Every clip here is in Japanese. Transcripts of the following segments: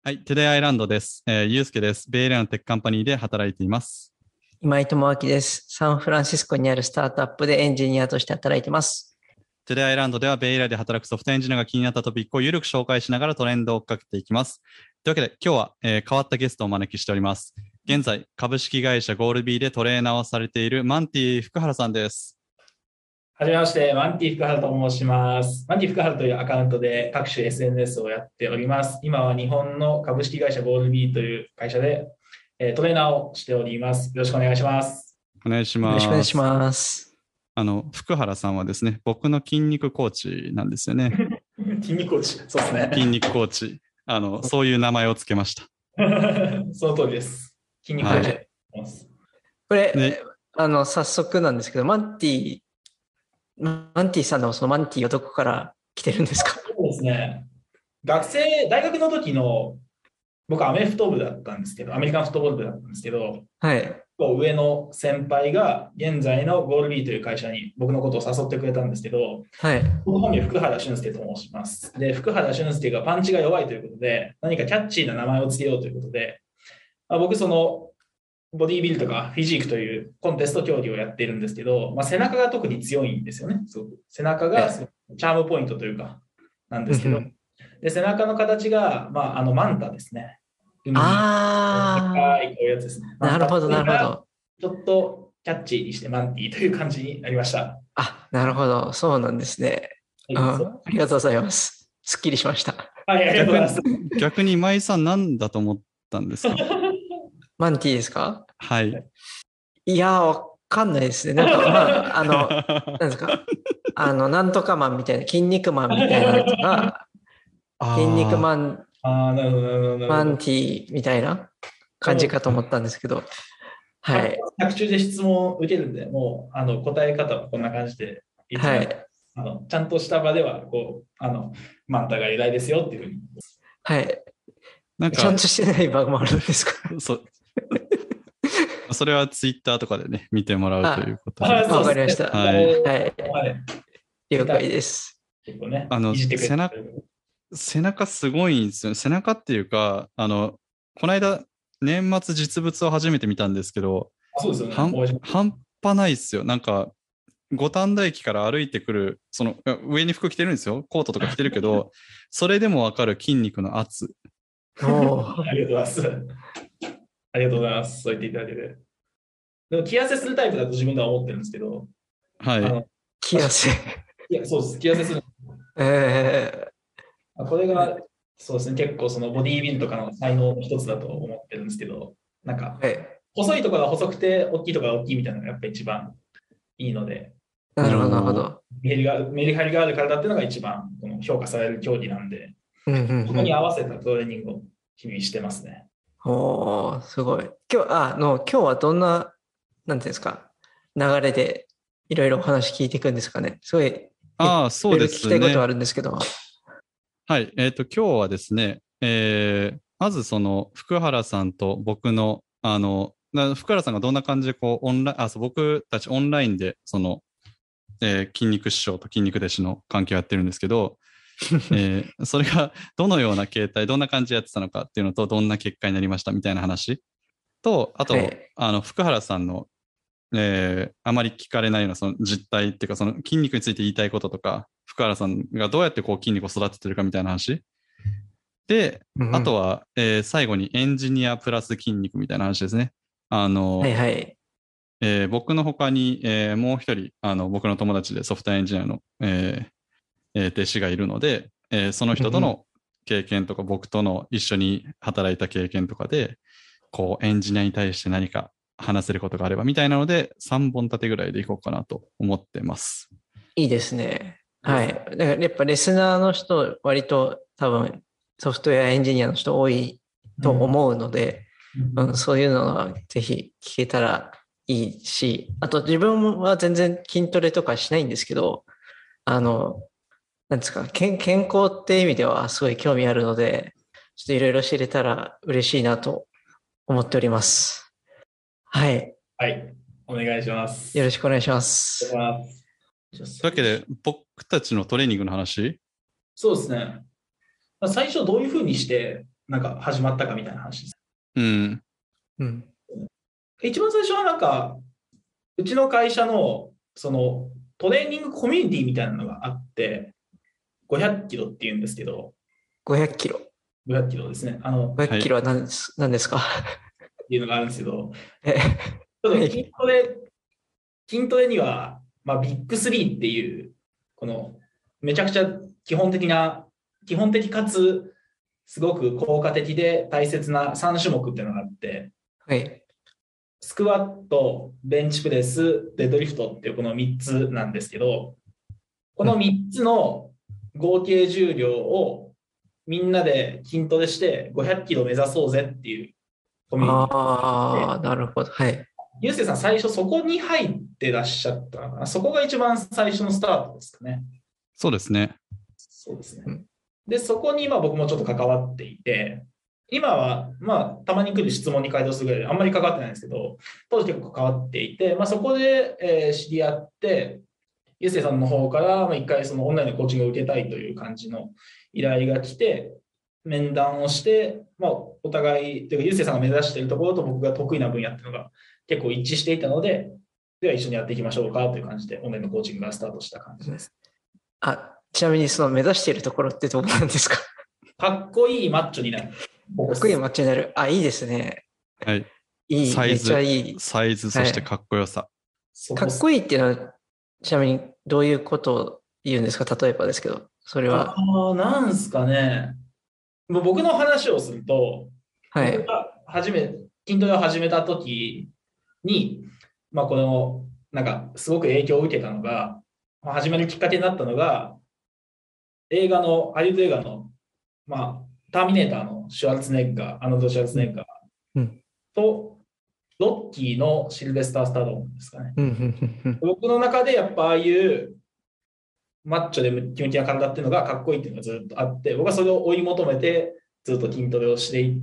はい、トゥデイアイランドです。ゆうすけです。ベイエリアのテックカンパニーで働いています。 今井智明です。サンフランシスコにあるスタートアップでエンジニアとして働いています。 トゥデイアイランドではベイエリアで働くソフトエンジニアが気になったトピックをゆるく紹介しながらトレンドを追っかけていきます。というわけで今日は、変わったゲストをお招きしております。現在、株式会社ゴールビーでトレーナーをされているマンティ福原さんです。 はじめまして、マンティ福原と申します。マンティ福原というアカウントで各種 SNS をやっております。今は日本の株式会社ゴールビーという会社でトレーナーをしております。よろしくお願いします。 お願いします。 よろしくお願いします。 福原さんはですね、僕の筋肉コーチなんですよね。 筋肉コーチ、そうですね。 筋肉コーチ。そういう名前をつけました。 その通りです。筋肉コーチでます。 これ、早速なんですけど、マンティさんのそのマンティはどこから来てるんですか？ そうですね。大学の時の、僕アメフト部だったんですけど、アメリカンフットボール部だったんですけど、 はい。 上の先輩が現在のゴールビーという会社に僕のことを誘ってくれたんですけど、 はい。 僕本名福原俊介と申します。で、福原俊介がパンチが弱いということで、何かキャッチーな名前を付けようということで、僕そのボディービルとかフィジークというコンテスト競技をやっているんですけど、背中が特に強いんですよね。すごく背中がチャームポイントというかなんですけど、で背中の形が、マンタですね。 ああ、 こういうやつですね。 なるほど、なるほど。 ちょっとキャッチーにしてマンティーという感じになりました。 あ、なるほど。そうなんですね。ありがとうございます。すっきりしました。 はい、ありがとうございます。 逆に今井さん何だと思ったんですか？ マンティーですか？ はい。 いや、わかんないですね。なんか、なんですか。なんとかマンみたいな、筋肉マンみたいなやつが、筋肉マン、マンティーみたいな感じかと思ったんですけど、はい。 作中で質問を受けるんで、もう答え方はこんな感じで、 はい。 ちゃんとした場ではマンタが偉大ですよっていうふうに。 はい。なんかちゃんとしてない場もあるんですか？ それはツイッターとかでね、見てもらうということで。 わかりました。 はい。 はい。了解です。 結構ね、 背中すごいんですよ。背中っていうか、この間、年末実物を初めて見たんですけど、 そうですよね。 半端ないっすよ。なんか、五反田駅から歩いてくる、その上に服着てるんですよ。コートとか着てるけど、それでもわかる筋肉の圧。 ありがとうございます。ありがとうございます。そう言っていただけて。でも、気痩せするタイプだと自分では思ってるんですけど。 はい。 気痩せ。 いや、そうです。気痩せする。これが、そうですね、結構そのボディービルとかの才能の一つだと思ってるんですけど、なんか、細いところが細くて、大きいところが大きいみたいなのがやっぱり一番いいので。 なるほど、なるほど。 メリハリがある体っていうのが一番評価される競技なんで、そこに合わせたトレーニングを日々してますね。 おー、すごい。今日はどんな、なんていうんですか、流れでいろいろお話聞いていくんですかね。すごい、 そうですね。 聞きたいことはあるんですけど。 はい。今日はですね、まずその福原さんと僕の、福原さんがどんな感じで僕たちオンラインでその、筋肉師匠と筋肉弟子の関係をやってるんですけど、それがどのような形態、どんな感じでやってたのかっていうのと、どんな結果になりましたみたいな話と、あと、福原さんの、あまり聞かれないようなその実態っていうか、その筋肉について言いたいこととか、福原さんがどうやってこう筋肉を育ててるかみたいな話で、あとは、最後にエンジニアプラス筋肉みたいな話ですね。僕の他に、もう一人僕の友達でソフトウェアエンジニアの、弟子がいるので、その人との経験とか、僕との一緒に働いた経験とかで、こうエンジニアに対して何か話せることがあればみたいなので、3本立てぐらいでいこうかなと思ってます。 いいですね。はい。だからやっぱリスナーの人、割と多分ソフトウェアエンジニアの人多いと思うので、そういうのはぜひ聞けたらいいし、あと自分は全然筋トレとかしないんですけど、なんですか、健康って意味ではすごい興味あるので、ちょっといろいろ知れたら嬉しいなと思っております。はい。 はい。お願いします。 よろしくお願いします。 というわけで、僕たちのトレーニングの話？ そうですね。最初どういうふうにして、 なんか始まったかみたいな話です。 うん。 うん。 一番最初はなんか、うちの会社のそのトレーニングコミュニティみたいなのがあって、500キロっていうんですけど、 500キロ。 500キロですね。 500キロは何ですか？ っていうのがあるんですけど、 え、 ちょっとはい。 筋トレには、まあ、ビッグ3っていう、このめちゃくちゃ基本的かつ、すごく効果的で大切な3種目っていうのがあって、 はい。 スクワット、ベンチプレス、デッドリフトっていうこの3つなんですけど、この3つの合計重量をみんなで筋トレして500キロ目指そうぜっていうコミュニティああ、なるほど。はい。 ゆうせいさん、最初そこに入ってらっしゃったのかな。そこが一番最初のスタートですかね。 そうですね。 そうですね。 うん。 で、そこに今僕もちょっと関わっていて、今はまあたまに来る質問に回答するぐらいであんまり関わってないんですけど、当時結構関わっていて、まあ、そこで、知り合って、ゆうせいさんの方から一回そのオンラインのコーチングを受けたいという感じの依頼が来て、面談をして、まあ、お互い、というか、ゆうせいさんが目指しているところと僕が得意な分野っていうのが結構一致していたので、では一緒にやっていきましょうかという感じで、オンラインのコーチングがスタートした感じです。 ちなみにその目指しているところってどうなんですか？ かっこいいマッチョになる。 かっこいいマッチになる。あ、いいですね。 はい。 いい、めっちゃいい。 サイズ、そしてかっこよさ。 かっこいいっていうのは、ちなみにどういうことを言うんですか？例えばですけど、それは。 なんすかね。僕の話をすると、 はい。 僕が筋トレを始めた時に、まあ、この、なんか、すごく影響を受けたのが、始めるきっかけになったのが、ハリウッド映画の、まあ、ターミネーターのシュワルツェネッガー、アーノルド・シュワルツェネッガーと、ロッキーのシルベスター・スタローンですかね。僕の中でやっぱああいうマッチョでムキムキな体っていうのがかっこいいっていうのがずっとあって、僕はそれを追い求めてずっと筋トレをしていって、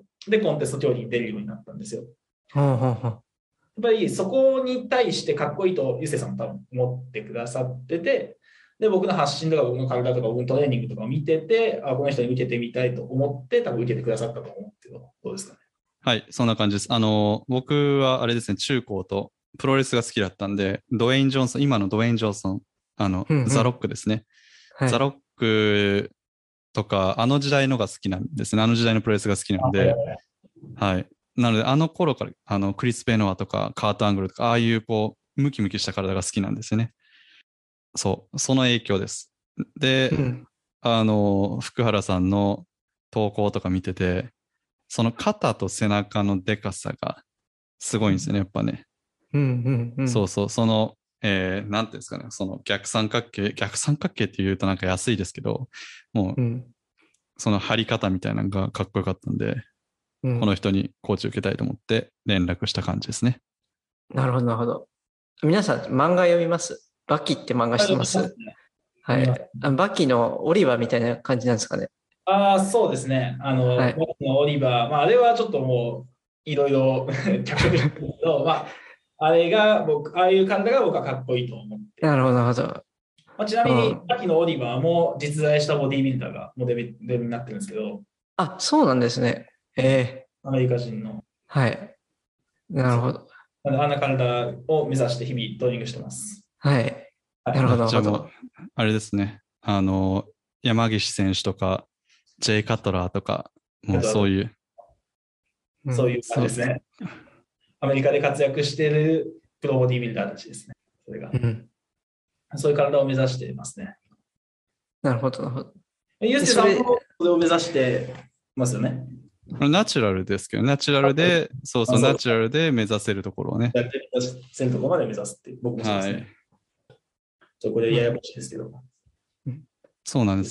で、コンテスト競技に出るようになったんですよ。やっぱりそこに対してかっこいいとゆうせいさんも多分思ってくださってて、で、僕の発信とか僕の体とか僕のトレーニングとかを見てて、この人に受けてみたいと思って多分受けてくださったと思うんですけど、どうですかね。 はい、そんな感じです。僕はあれですね、中高とプロレスが好きだったんで、今のドウェイン・ジョンソン、ザ・ロックですね。 はい、 ザ・ロックとか、あの時代のが好きなんですね。あの時代のプロレスが好きなので、はい。なので、あの頃から、クリス・ベノアとか、カート・アングルとか、ああいうこう、ムキムキした体が好きなんですよね。そう、その影響です。で、福原さんの投稿とか見てて、その肩と背中のでかさがすごいんですよね、やっぱね。そうそう、なんていうんですかね、その逆三角形って言うとなんか安いですけど、もう、その張り方みたいなのがかっこよかったんで、この人にコーチを受けたいと思って連絡した感じですね。 なるほど、なるほど。皆さん、漫画読みます？バキって漫画してます？はい。バキのオリバーみたいな感じなんですかね。 そうですね。 はい、 バキのオリバー、あれはちょっともう、いろいろ脚色してるけど、あれがああいう体が僕はかっこいいと思って。 なるほど、なるほど。 ちなみに、バキのオリバーも実在したボディービルダーがモデルになってるんですけど。 あ、そうなんですね。 アメリカ人の。 はい。なるほど。 あんな体を目指して日々トレーニングしてます。 はい。なるほど、なるほど。 あれですね。山岸選手とか、ジェイ・カトラーとか、もうそういう。 そういう感じですね。アメリカで活躍しているプロボディービルダーたちですね。それが。そういう体を目指していますね。 なるほど、なるほど。 ユースケさんもそれを目指してますよね。 ナチュラルですけど、ナチュラルで、ナチュラルで目指せるところをね。 目指せるところまで目指すって僕もそうですね。これややこしいですけど。 そうなんです。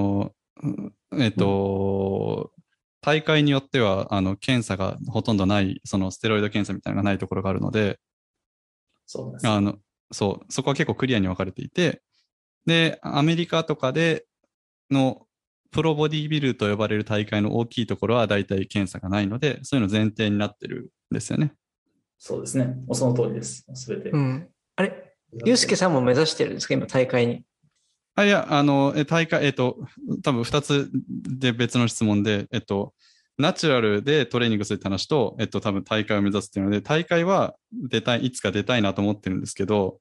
大会によっては、検査がほとんどない、そのステロイド検査みたいなのがないところがあるので、そこは結構クリアに分かれていて、で、アメリカとかでのプロボディビルと呼ばれる大会の大きいところは大体検査がないので、そういうの前提になってるんですよね。 そうですね。その通りです。すべて。 あれユうスケさんも目指してるんですか今大会に。 いや、大会、多分2つで別の質問で、ナチュラルでトレーニングするって話と、多分大会を目指すっていうので、大会はいつか出たいなと思ってるんですけど、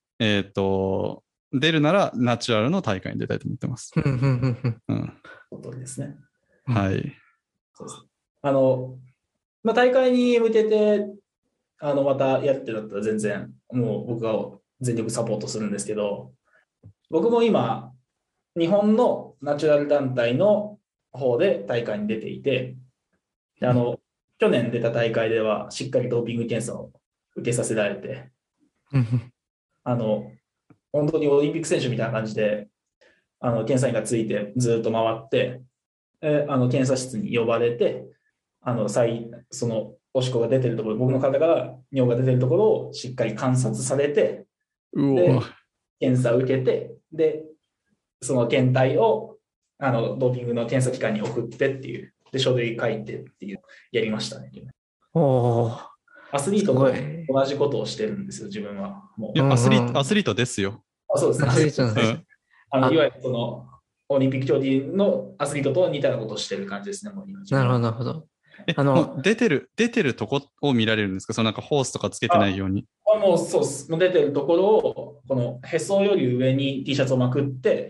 出るならナチュラルの大会に出たいと思ってます。うん。 その通りですね。 はい。 そうです。大会に向けて、またやるってなったら全然、もう僕が全力サポートするんですけど、僕も今、日本のナチュラル団体の方で大会に出ていて、で去年出た大会ではしっかりドーピング検査を受けさせられて、本当にオリンピック選手みたいな感じで、検査員がついてずっと回って、検査室に呼ばれて、そのおしっこが出てるところ、僕の体から尿が出てるところをしっかり観察されて、で検査を受けて、で、その検体をドーピングの検査機関に送ってっていう、で、書類書いてっていう、やりましたね。アスリートと同じことをしてるんですよ、自分は。もういやアスリートですよ。 そうですね。 アスリートなんですね。 いわゆるそのオリンピック競技のアスリートと似たようなことをしてる感じですね。もう今なるほど、なるほど。 もう出てるとこを見られるんですか？そのなんかホースとかつけてないように。 もうそうです。もう出てるところを、このへそより上に T シャツをまくって、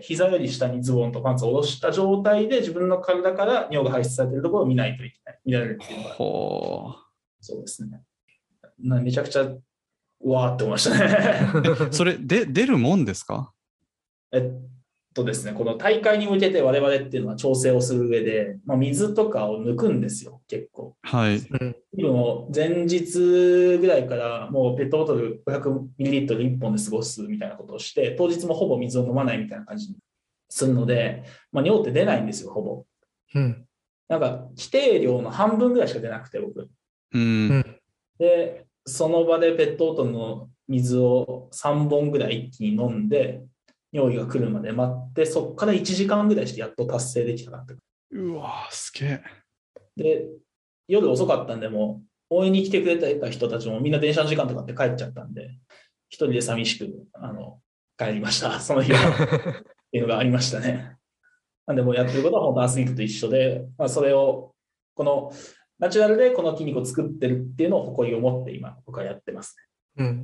膝より下にズボンとパンツを下ろした状態で自分の体から尿が排出されているところを見ないといけない。見られるっていうのが。そうですね。めちゃくちゃ、うわーって思いましたね。 それで出るもんですか？ ですね、この大会に向けて我々っていうのは調整をする上で、水とかを抜くんですよ、結構。 はい。 前日ぐらいからもうペットボトル 500ml1 本で過ごすみたいなことをして、当日もほぼ水を飲まないみたいな感じにするので、尿って出ないんですよ、ほぼ。なんか規定量の半分ぐらいしか出なくて、僕。で、その場でペットボトルの水を3本ぐらい一気に飲んで、尿意が来るまで待って、そこから1時間ぐらいしてやっと達成できたなって。 うわすげえ。 で、夜遅かったんで、もう応援に来てくれた人たちもみんな電車の時間とかって帰っちゃったんで、一人で寂しく帰りました、その日は。っていうのがありましたね。なんでもうやってることは本当アスリートと一緒で、それをこのナチュラルでこの筋肉を作ってるっていうのを誇りを持って今僕はやってますね。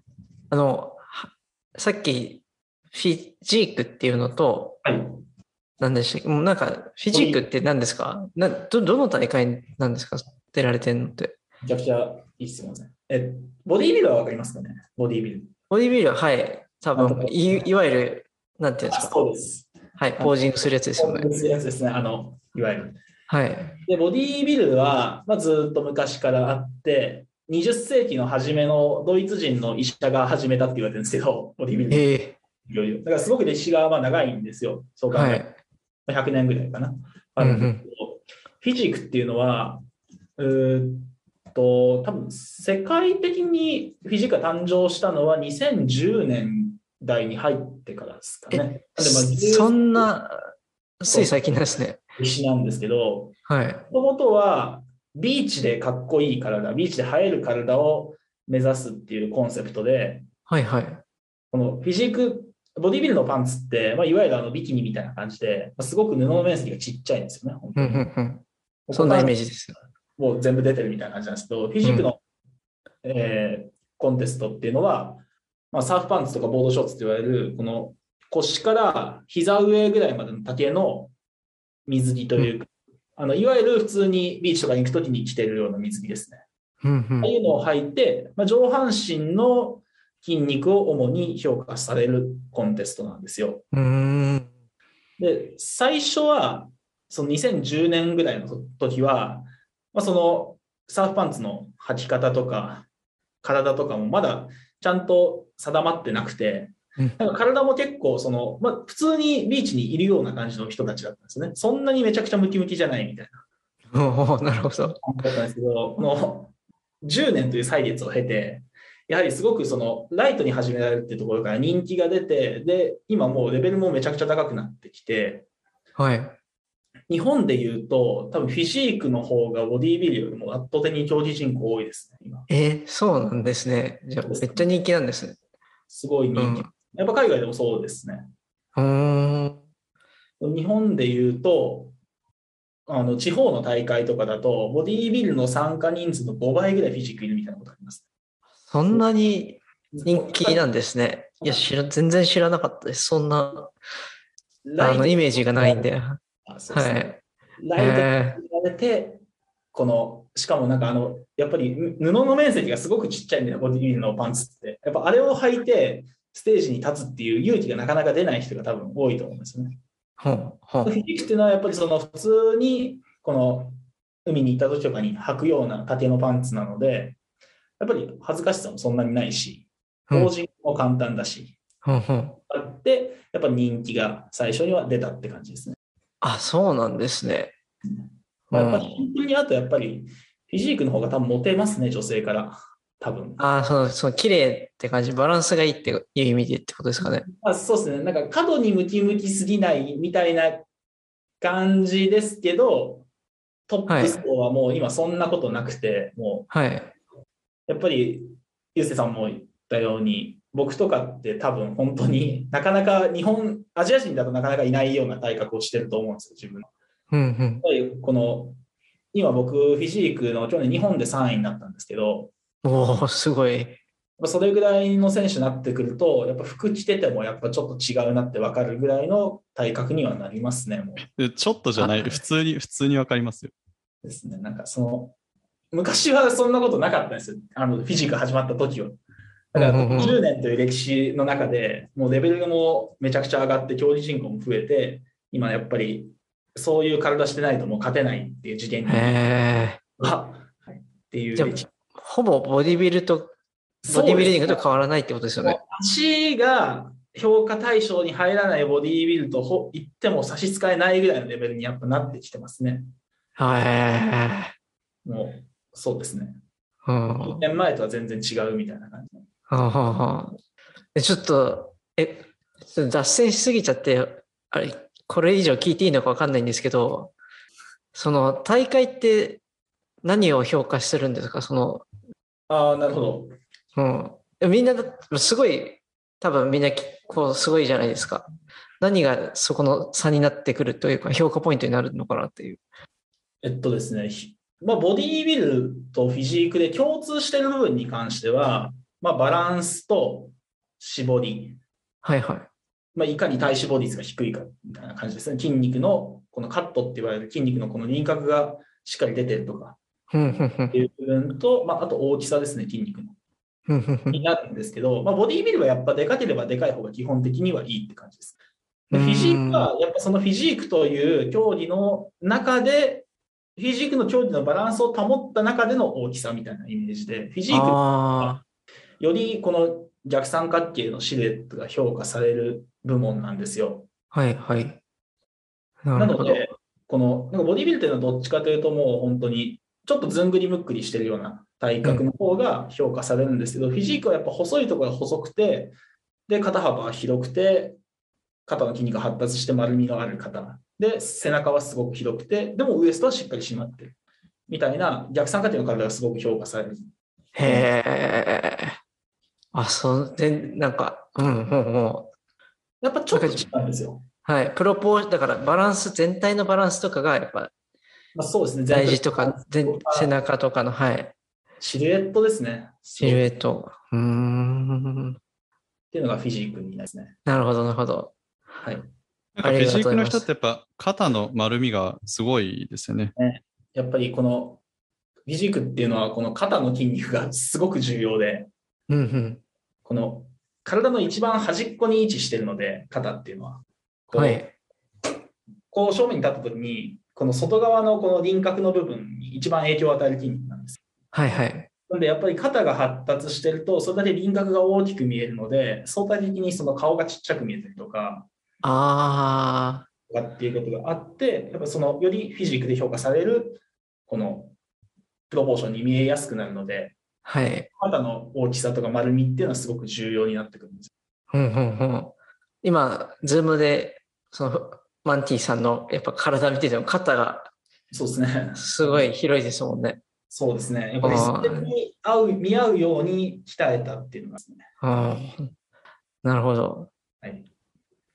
さっきフィジークっていうのと、何でしたっけ？もうなんかフィジークって何ですか？どの大会なんですか？出られてるのって。 めちゃくちゃいい質問ですね。ボディービルはわかりますかね？ボディービル。 ボディービルは、はい。多分、いわゆる、なんていうんですか？ そうです。 はい、ポージングするやつですよね。 ポージングするやつですね。いわゆる。 はい。 で、ボディービルは、ずっと昔からあって、20世紀の初めのドイツ人の医者が始めたって言われてるんですけど、ボディービル。だからすごく歴史が長いんですよ。そう考えると。100年ぐらいかな。あるんですけど、フィジークっていうのは、多分世界的にフィジークが誕生したのは2010年代に入ってからですかね。 そんな、つい最近なんですね。 歴史なんですけど、 はい。 もともとはビーチでかっこいい体、ビーチで映える体を目指すっていうコンセプトで、 はいはい。 このフィジーク、ボディビルのパンツって、いわゆるビキニみたいな感じで、すごく布の面積がちっちゃいんですよね、本当に。 そんなイメージですよ。 もう全部出てるみたいな感じなんですけど、フィジークの、コンテストっていうのは、サーフパンツとかボードショーツって言われる、この腰から膝上ぐらいまでの丈の水着というか、いわゆる普通にビーチとかに行くときに着てるような水着ですね。ああいうのを履いて、上半身の筋肉を主に評価されるコンテストなんですよ。で、最初は、その2010年ぐらいの時は、そのサーフパンツの履き方とか、体とかもまだちゃんと定まってなくて、なんか体も結構普通にビーチにいるような感じの人たちだったんですね。そんなにめちゃくちゃムキムキじゃないみたいな。 なるほど。 だったんですけど、この10年という歳月を経て、やはりすごくライトに始められるっていうところから人気が出て、で、今もうレベルもめちゃくちゃ高くなってきて、 はい。 日本で言うと、多分フィジークの方がボディービルよりも圧倒的に競技人口多いですね、今。 そうなんですね。じゃあ、めっちゃ人気なんですね。 すごい人気。やっぱ海外でもそうですね。 うーん。 日本で言うと、地方の大会とかだと、ボディービルの参加人数の5倍ぐらいフィジークいるみたいなことあります。 そんなに人気なんですね。いや、全然知らなかったです。そんな、 ライトイメージがないんで。はそうですね。 い。 ライトに比べて、しかもなんかやっぱり布の面積がすごくちっちゃいんだよ、ボディビルのパンツって。やっぱあれを履いて、ステージに立つっていう勇気がなかなか出ない人が多分多いと思うんですよね。フィジークっていうのはやっぱり普通に海に行った時とかに履くような縦のパンツなので、やっぱり恥ずかしさもそんなにないし、ポージングも簡単だし、あって、やっぱ人気が最初には出たって感じですね。 あ、そうなんですね。 やっぱり本当にあとやっぱりフィジークの方が多分モテますね、女性から。多分。 綺麗って感じ、バランスがいいっていう意味でってことですかね。 そうですね。なんか角にムキムキすぎないみたいな感じですけど、トップ層はもう今そんなことなくて、もう、やっぱり、ゆうせいさんも言ったように、僕とかって多分本当になかなかアジア人だとなかなかいないような体格をしてると思うんですよ、自分。やっぱり今僕、フィジークの去年日本で3位になったんですけど、 すごい。 それぐらいの選手になってくると、やっぱ服着ててもやっぱちょっと違うなって分かるぐらいの体格にはなりますね、もう。ちょっとじゃない、普通に分かりますよ。 ですね。なんか昔はそんなことなかったんですよ。フィジーク始まった時は。だから10年という歴史の中で、もうレベルもめちゃくちゃ上がって、競技人口も増えて、今やっぱりそういう体してないともう勝てないっていう次元にっていう。 じゃほぼボディビルディングと変わらないってことですよね。 足が評価対象に入らないボディービルと言っても差し支えないぐらいのレベルにやっぱなってきてますね。もう、そうですね。10年前とは全然違うみたいな感じ。 ちょっと脱線しすぎちゃって、これ以上聞いていいのか分かんないんですけど、その大会って何を評価してるんですか？ なるほど。みんな、すごい、多分みんな、すごいじゃないですか。何がそこの差になってくるというか、評価ポイントになるのかなっていう。 ですね。ボディービルとフィジークで共通している部分に関しては、バランスと絞り。いかに体脂肪率が低いかみたいな感じですね。筋肉のこのカットって言われる筋肉のこの輪郭がしっかり出てるとかっていう部分と、あと大きさですね、筋肉の。になるんですけど、ボディービルはやっぱでかければでかい方が基本的にはいいって感じです。でフィジークはやっぱそのフィジークという競技の中で、フィジークの競技のバランスを保った中での大きさみたいなイメージで、フィジークはよりこの逆三角形のシルエットが評価される部門なんですよ。なので、なんかボディビルというのはどっちかというともう本当にちょっとずんぐりむっくりしてるような体格の方が評価されるんですけど、フィジークはやっぱ細いところが細くて、で、肩幅が広くて、肩の筋肉が発達して丸みのある方。で、背中はすごく広くて、でもウエストはしっかり締まってる。みたいな逆三角形の体がすごく評価される。 なんか、 やっぱちょっと違うんですよ。 だからバランス、全体のバランスとかがやっぱ、 そうですね。 大事とか、背中とかの、 シルエットですね。 シルエット。 っていうのがフィジークになりますね。 なるほど、なるほど。 なんかフィジークの人ってやっぱ肩の丸みがすごいですよね。 やっぱりこのフィジークっていうのはこの肩の筋肉がすごく重要で、この体の一番端っこに位置してるので、肩っていうのは。こう正面に立った時に、この外側のこの輪郭の部分に一番影響を与える筋肉なんです。なのでやっぱり肩が発達してると、それだけ輪郭が大きく見えるので、相対的にその顔がちっちゃく見えたりとか、っていうことがあって、やっぱよりフィジークで評価される、このプロポーションに見えやすくなるので、肩の大きさとか丸みっていうのはすごく重要になってくるんです。 今、ズームで、マンティさんのやっぱ体見てても肩が、 そうですね。 すごい広いですもんね。 そうですね。やっぱりそれに見合うように鍛えたっていうのがですね。 なるほど。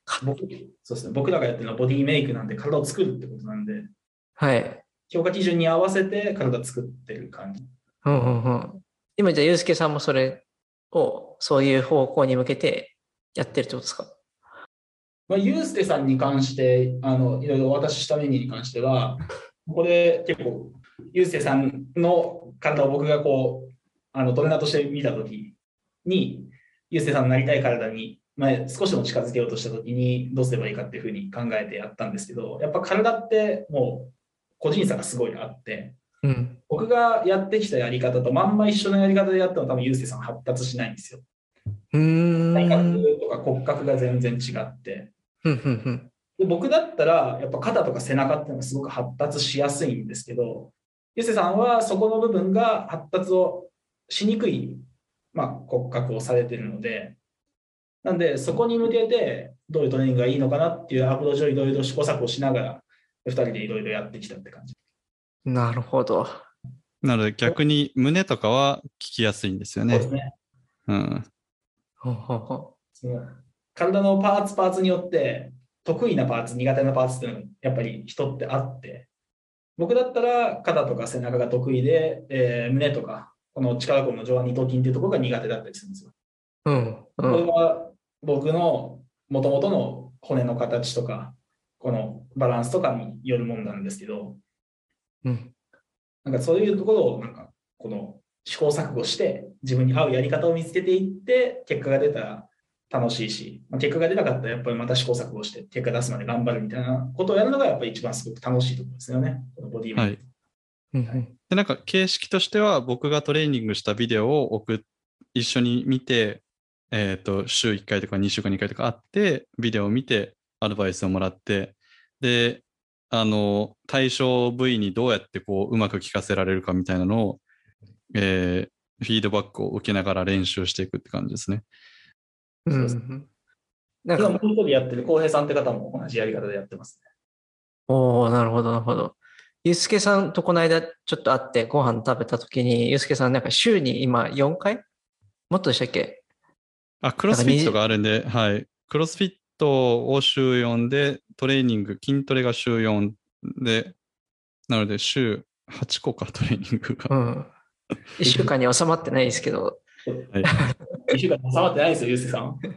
そうですね。僕らがやってるのはボディメイクなんで体を作るってことなんで、 はい。 評価基準に合わせて体作ってる感じ。 うんうんうん。今じゃあ、ゆうすけさんもそれを、そういう方向に向けてやってるってことですか？ ユースケさんに関して、いろいろお渡ししたメニューに関しては、ここで結構、ユースケさんの体を僕がこう、トレーナーとして見たときに、ユースケさんのなりたい体に、少しでも近づけようとしたときに、どうすればいいかっていうふうに考えてやったんですけど、やっぱ体ってもう個人差がすごいあって、 うん。 僕がやってきたやり方とまんま一緒のやり方でやっても多分ユースケさん発達しないんですよ。体格とか骨格が全然違って。で僕だったらやっぱ肩とか背中っていうのがすごく発達しやすいんですけど、ゆせさんはそこの部分が発達をしにくい、骨格をされているので、なんでそこに向けてどういうトレーニングがいいのかなっていうアプローチをいろいろ試行錯誤しながら2人でいろいろやってきたって感じ。 なるほど。 なので逆に胸とかは効きやすいんですよね。 そうですね。 うん。 ほうほうほその体のパーツによって得意なパーツ苦手なパーツっていうのがやっぱり人ってあって、僕だったら肩とか背中が得意で、胸とかこの力こぶの上腕二頭筋っていうところが苦手だったりするんですよ。 う。うんこれは僕の元々の骨の形とかこのバランスとかによるものなんですけど、なんかそういうところをなんかこの試行錯誤して自分に合うやり方を見つけていって結果が出たら楽しいし、結果が出なかったらやっぱりまた試行錯誤して結果出すまで頑張るみたいなことをやるのがやっぱり一番すごく楽しいところですよね。このボディメイク。 で、なんか形式としては僕がトレーニングしたビデオを一緒に見て、週1回とか2週間に1回とか会って、ビデオを見てアドバイスをもらって、で、対象部位にどうやってこううまく効かせられるかみたいなのを、フィードバックを受けながら練習していくって感じですね。 そうです。今もう一人やってる浩平さんって方も同じやり方でやってますね。 おお、なるほど、なるほど。ゆうすけさんとこの間ちょっと会ってご飯食べたときに、ゆうすけさんなんか週に今4回もっとでしたっけ？ クロスフィットがあるんで、はい。クロスフィットを週4で、トレーニング、筋トレが週4で、なので週8個か、トレーニングが。 1週間に収まってないですけど。 はい、1週間に収まってないですよ、ゆうすけさん。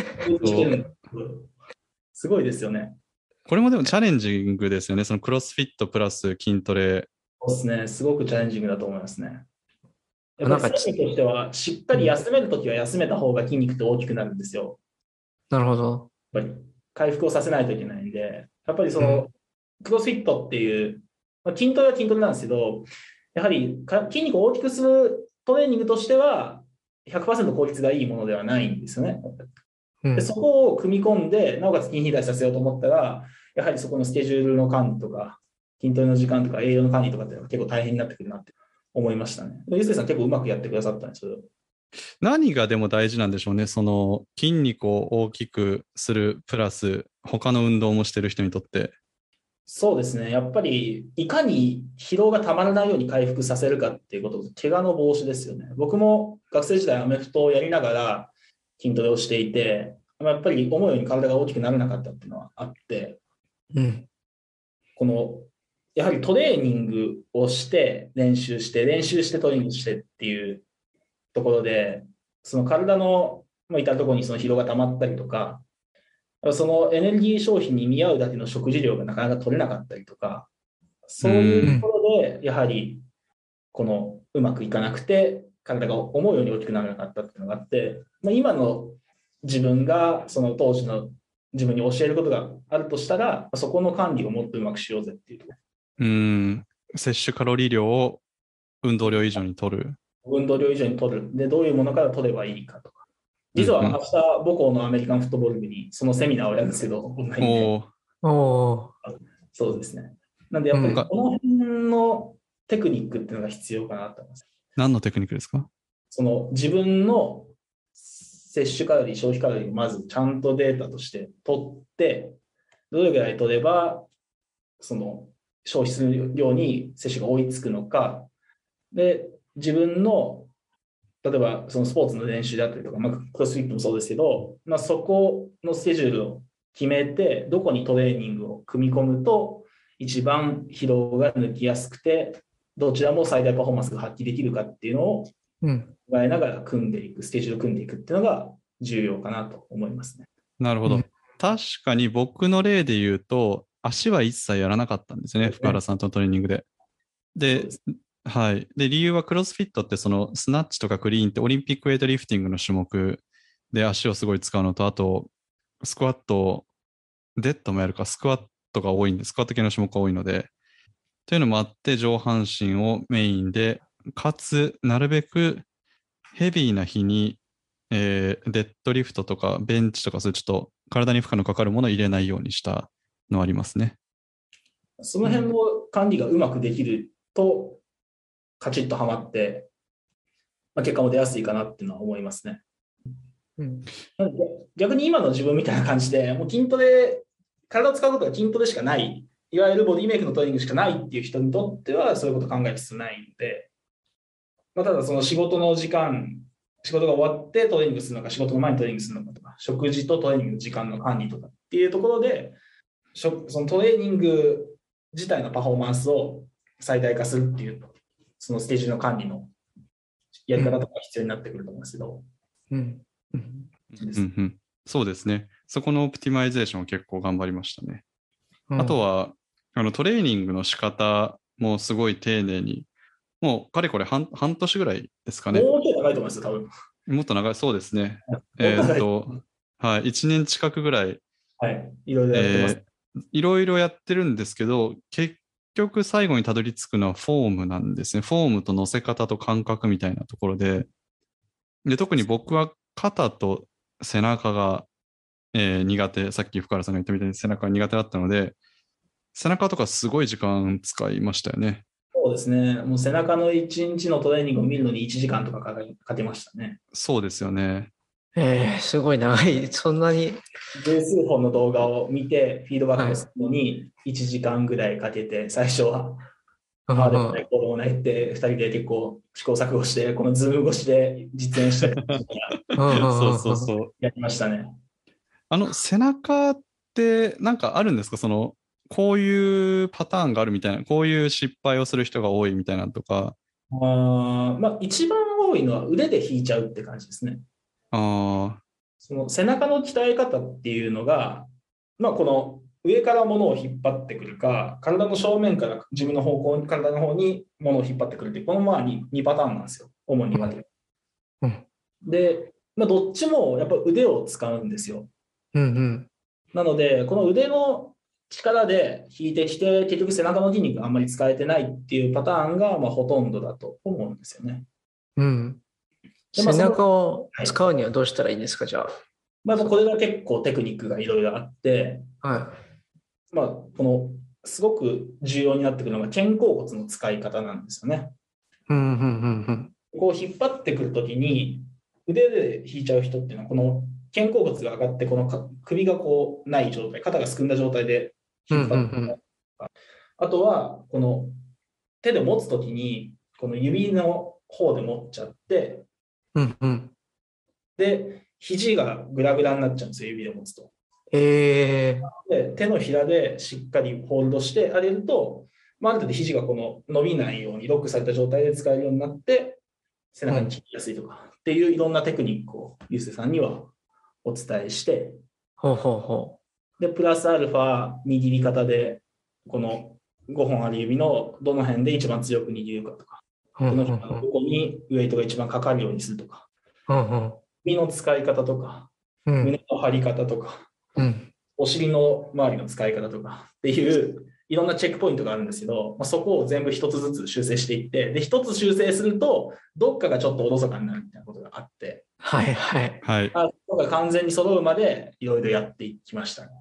すごいですよね。 これもでもチャレンジングですよね。そのクロスフィットプラス筋トレ。 そうですね。すごくチャレンジングだと思いますね。やっぱり選手としては、しっかり休めるときは休めた方が筋肉って大きくなるんですよ。 なるほど。 やっぱり回復をさせないといけないんで、やっぱりその、クロスフィットっていう、筋トレは筋トレなんですけど、やはり筋肉を大きくするトレーニングとしては、100% 効率がいいものではないんですよね。でそこを組み込んで、なおかつ筋肥大させようと思ったら、やはりそこのスケジュールの管理とか、筋トレの時間とか栄養の管理とかっていうのが結構大変になってくるなって思いましたね。ゆうすけさん結構うまくやってくださったんですよ。 何がでも大事なんでしょうね。その筋肉を大きくするプラス、他の運動もしてる人にとって。 そうですね。やっぱり、いかに疲労がたまらないように回復させるかっていうことと、怪我の防止ですよね。僕も学生時代アメフトをやりながら筋トレをしていて、やっぱり思うように体が大きくならなかったっていうのはあって、この、やはりトレーニングをして練習してトレーニングしてっていうところで、その体の至るところにその疲労がたまったりとか、そのエネルギー消費に見合うだけの食事量がなかなか取れなかったりとか、そういうところで、やはり、このうまくいかなくて、体が思うように大きくならなかったっていうのがあって、今の自分がその当時の自分に教えることがあるとしたら、そこの管理をもっとうまくしようぜっていうところ。 摂取カロリー量を運動量以上に取る。 運動量以上に取る。で、どういうものから取ればいいかとか。実は明日、母校のアメリカンフットボール部にそのセミナーをやるんですけど、オンラインで。そうですね。なんで、やっぱりこの辺のテクニックっていうのが必要かなと思います。 何のテクニックですか？ その自分の摂取カロリー、消費カロリーをまずちゃんとデータとして取って、どれぐらい取れば、その消費するように摂取が追いつくのか、で、自分の例えばそのスポーツの練習だったりとか、クロスフィットもそうですけど、そこのスケジュールを決めて、どこにトレーニングを組み込むと一番疲労が抜きやすくて、どちらも最大パフォーマンスが発揮できるかっていうのを考えながら組んでいく、スケジュールを組んでいくっていうのが重要かなと思いますね。 なるほど。確かに僕の例で言うと、足は一切やらなかったんですよね、福原さんとのトレーニングで。で、はい。で、理由はクロスフィットってそのスナッチとかクリーンってオリンピックウェイトリフティングの種目で足をすごい使うのと、あと、スクワット、デッドもやるか、スクワットが多いんで、スクワット系の種目が多いので、というのもあって、上半身をメインで、かつ、なるべくヘビーな日に、デッドリフトとかベンチとか、そういうちょっと体に負荷のかかるものを入れないようにしたのはありますね。 その辺の管理がうまくできると、カチッとはまって、結果も出やすいかなっていうのは思いますね。逆に今の自分みたいな感じで、もう筋トレ、体を使うことが筋トレしかない、いわゆるボディメイクのトレーニングしかないっていう人にとっては、そういうことを考える必要ないので、ただその仕事の時間、仕事が終わってトレーニングするのか、仕事の前にトレーニングするのかとか、食事とトレーニングの時間の管理とかっていうところで、そのトレーニング自体のパフォーマンスを最大化するっていう、そのスケジュールの管理のやり方とか必要になってくると思うんですけど。 そうですね。そこのオプティマイゼーションを結構頑張りましたね。あとは、トレーニングの仕方もすごい丁寧に、もうかれこれ半年ぐらいですかね。 もうちょい長いと思いますよ、多分。 もっと長い、そうですね。はい、1年近くぐらい、 はい、いろいろやってます。 いろいろやってるんですけど、結局最後にたどり着くのはフォームなんですね。フォームと乗せ方と感覚みたいなところで、特に僕は肩と背中が、苦手、さっき福原さんが言ったみたいに背中が苦手だったので、背中とかすごい時間使いましたよね。 そうですね。もう背中の1日のトレーニングを見るのに1時間とかかけましたね。 そうですよね。 すごい長い。そんなに。 十数本の動画を見て、フィードバックするのに1時間ぐらいかけて、最初は、でもない、こうでもないって、2人で結構試行錯誤して、このズーム越しで実演してそうやりましたね。 背中ってなんかあるんですか？こういうパターンがあるみたいな、こういう失敗をする人が多いみたいなとか。 一番多いのは腕で引いちゃうって感じですね。その背中の鍛え方っていうのが、この上から物を引っ張ってくるか、体の正面から自分の方向に、体の方に物を引っ張ってくるっていう、この2パターンなんですよ。主には。で、どっちもやっぱ腕を使うんですよ。なので、この腕の力で引いてきて、結局背中の筋肉があんまり使えてないっていうパターンがほとんどだと思うんですよね。 背中を使うにはどうしたらいいんですか、じゃあ。 これが結構テクニックがいろいろあって、このすごく重要になってくるのが肩甲骨の使い方なんですよね。こう引っ張ってくるときに腕で引いちゃう人っていうのは、この肩甲骨が上がって、この首がこうない状態、肩がすくんだ状態で引っ張ってくる。あとは、この手で持つときに、この指の方で持っちゃって、で、肘がグラグラになっちゃうんですよ、指で持つと。で手のひらでしっかりホールドしてあげると、ある程度肘がこの伸びないようにロックされた状態で使えるようになって、背中に切りやすいとかっていういろんなテクニックをゆうせいさんにはお伝えして、でプラスアルファ握り方でこの5本ある指のどの辺で一番強く握るかとか、このどこにウェイトが一番かかるようにするとか、首の使い方とか、胸の張り方とか、お尻の周りの使い方とかっていういろんなチェックポイントがあるんですけど、そこを全部一つずつ修正していって、で一つ修正するとどっかがちょっとおろそかになるみたいなことがあって、そこが完全に揃うまでいろいろやっていきましたね。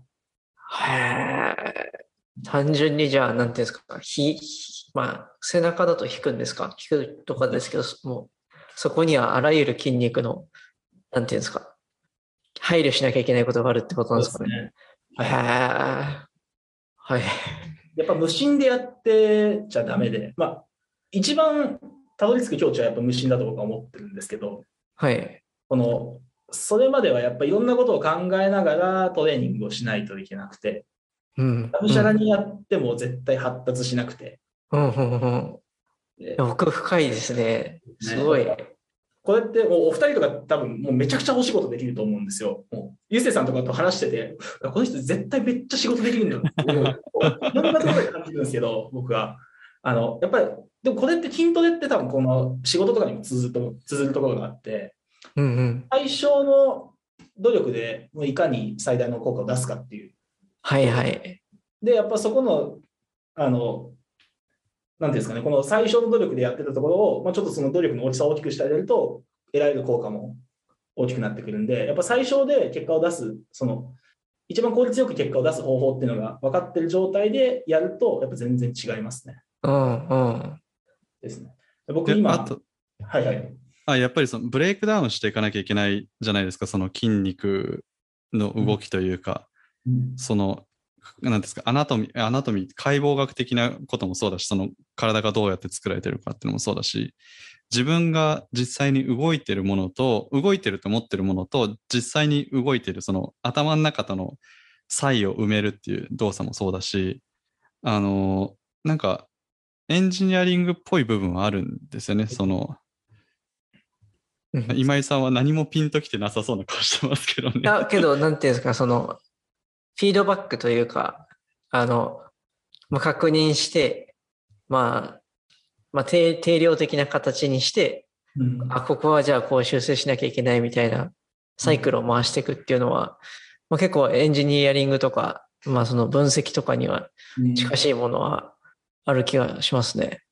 単純にじゃあ何ていうんですか、背中だと引くんですか、引くとかですけど、もうそこにはあらゆる筋肉の何ていうんですか、配慮しなきゃいけないことがあるってことなんですかね。 やっぱ無心でやってちゃダメで、一番たどり着く境地はやっぱ無心だと僕は思ってるんですけど、このそれまではやっぱりいろんなことを考えながらトレーニングをしないといけなくて、がむしゃらにやっても絶対発達しなくて。 奥深いですね。すごい。 これってもうお二人とか多分もうめちゃくちゃお仕事できると思うんですよ。もうゆうせいさんとかと話してて、この人絶対めっちゃ仕事できるんだよっていう。いろんなところで感じるんですけど、僕は。やっぱり、でもこれって筋トレって多分この仕事とかにも通ずるところがあって、最小の努力でいかに最大の効果を出すかっていう。 はいはい。 で、やっぱそこの、なんていうんですかね、この最小の努力でやってたところを、ちょっとその努力の大きさを大きくしてあげると、得られる効果も大きくなってくるんで、やっぱ最小で結果を出す、一番効率よく結果を出す方法っていうのが分かってる状態でやると、やっぱ全然違いますね。ですね。僕今、はいはい。 やっぱりそのブレイクダウンしていかなきゃいけないじゃないですか、その筋肉の動きというか、なんですか、アナトミー、解剖学的なこともそうだし、その体がどうやって作られてるかっていうのもそうだし、自分が実際に動いてるものと、動いてると思ってるものと、実際に動いてるその頭の中との差異を埋めるっていう動作もそうだし、なんかエンジニアリングっぽい部分はあるんですよね。今井さんは何もピンときてなさそうな顔してますけどね。 けど、なんていうんですか、フィードバックというか、確認して、定量的な形にして、ここはじゃあこう修正しなきゃいけないみたいなサイクルを回していくっていうのは、結構エンジニアリングとか、その分析とかには近しいものはある気がしますね。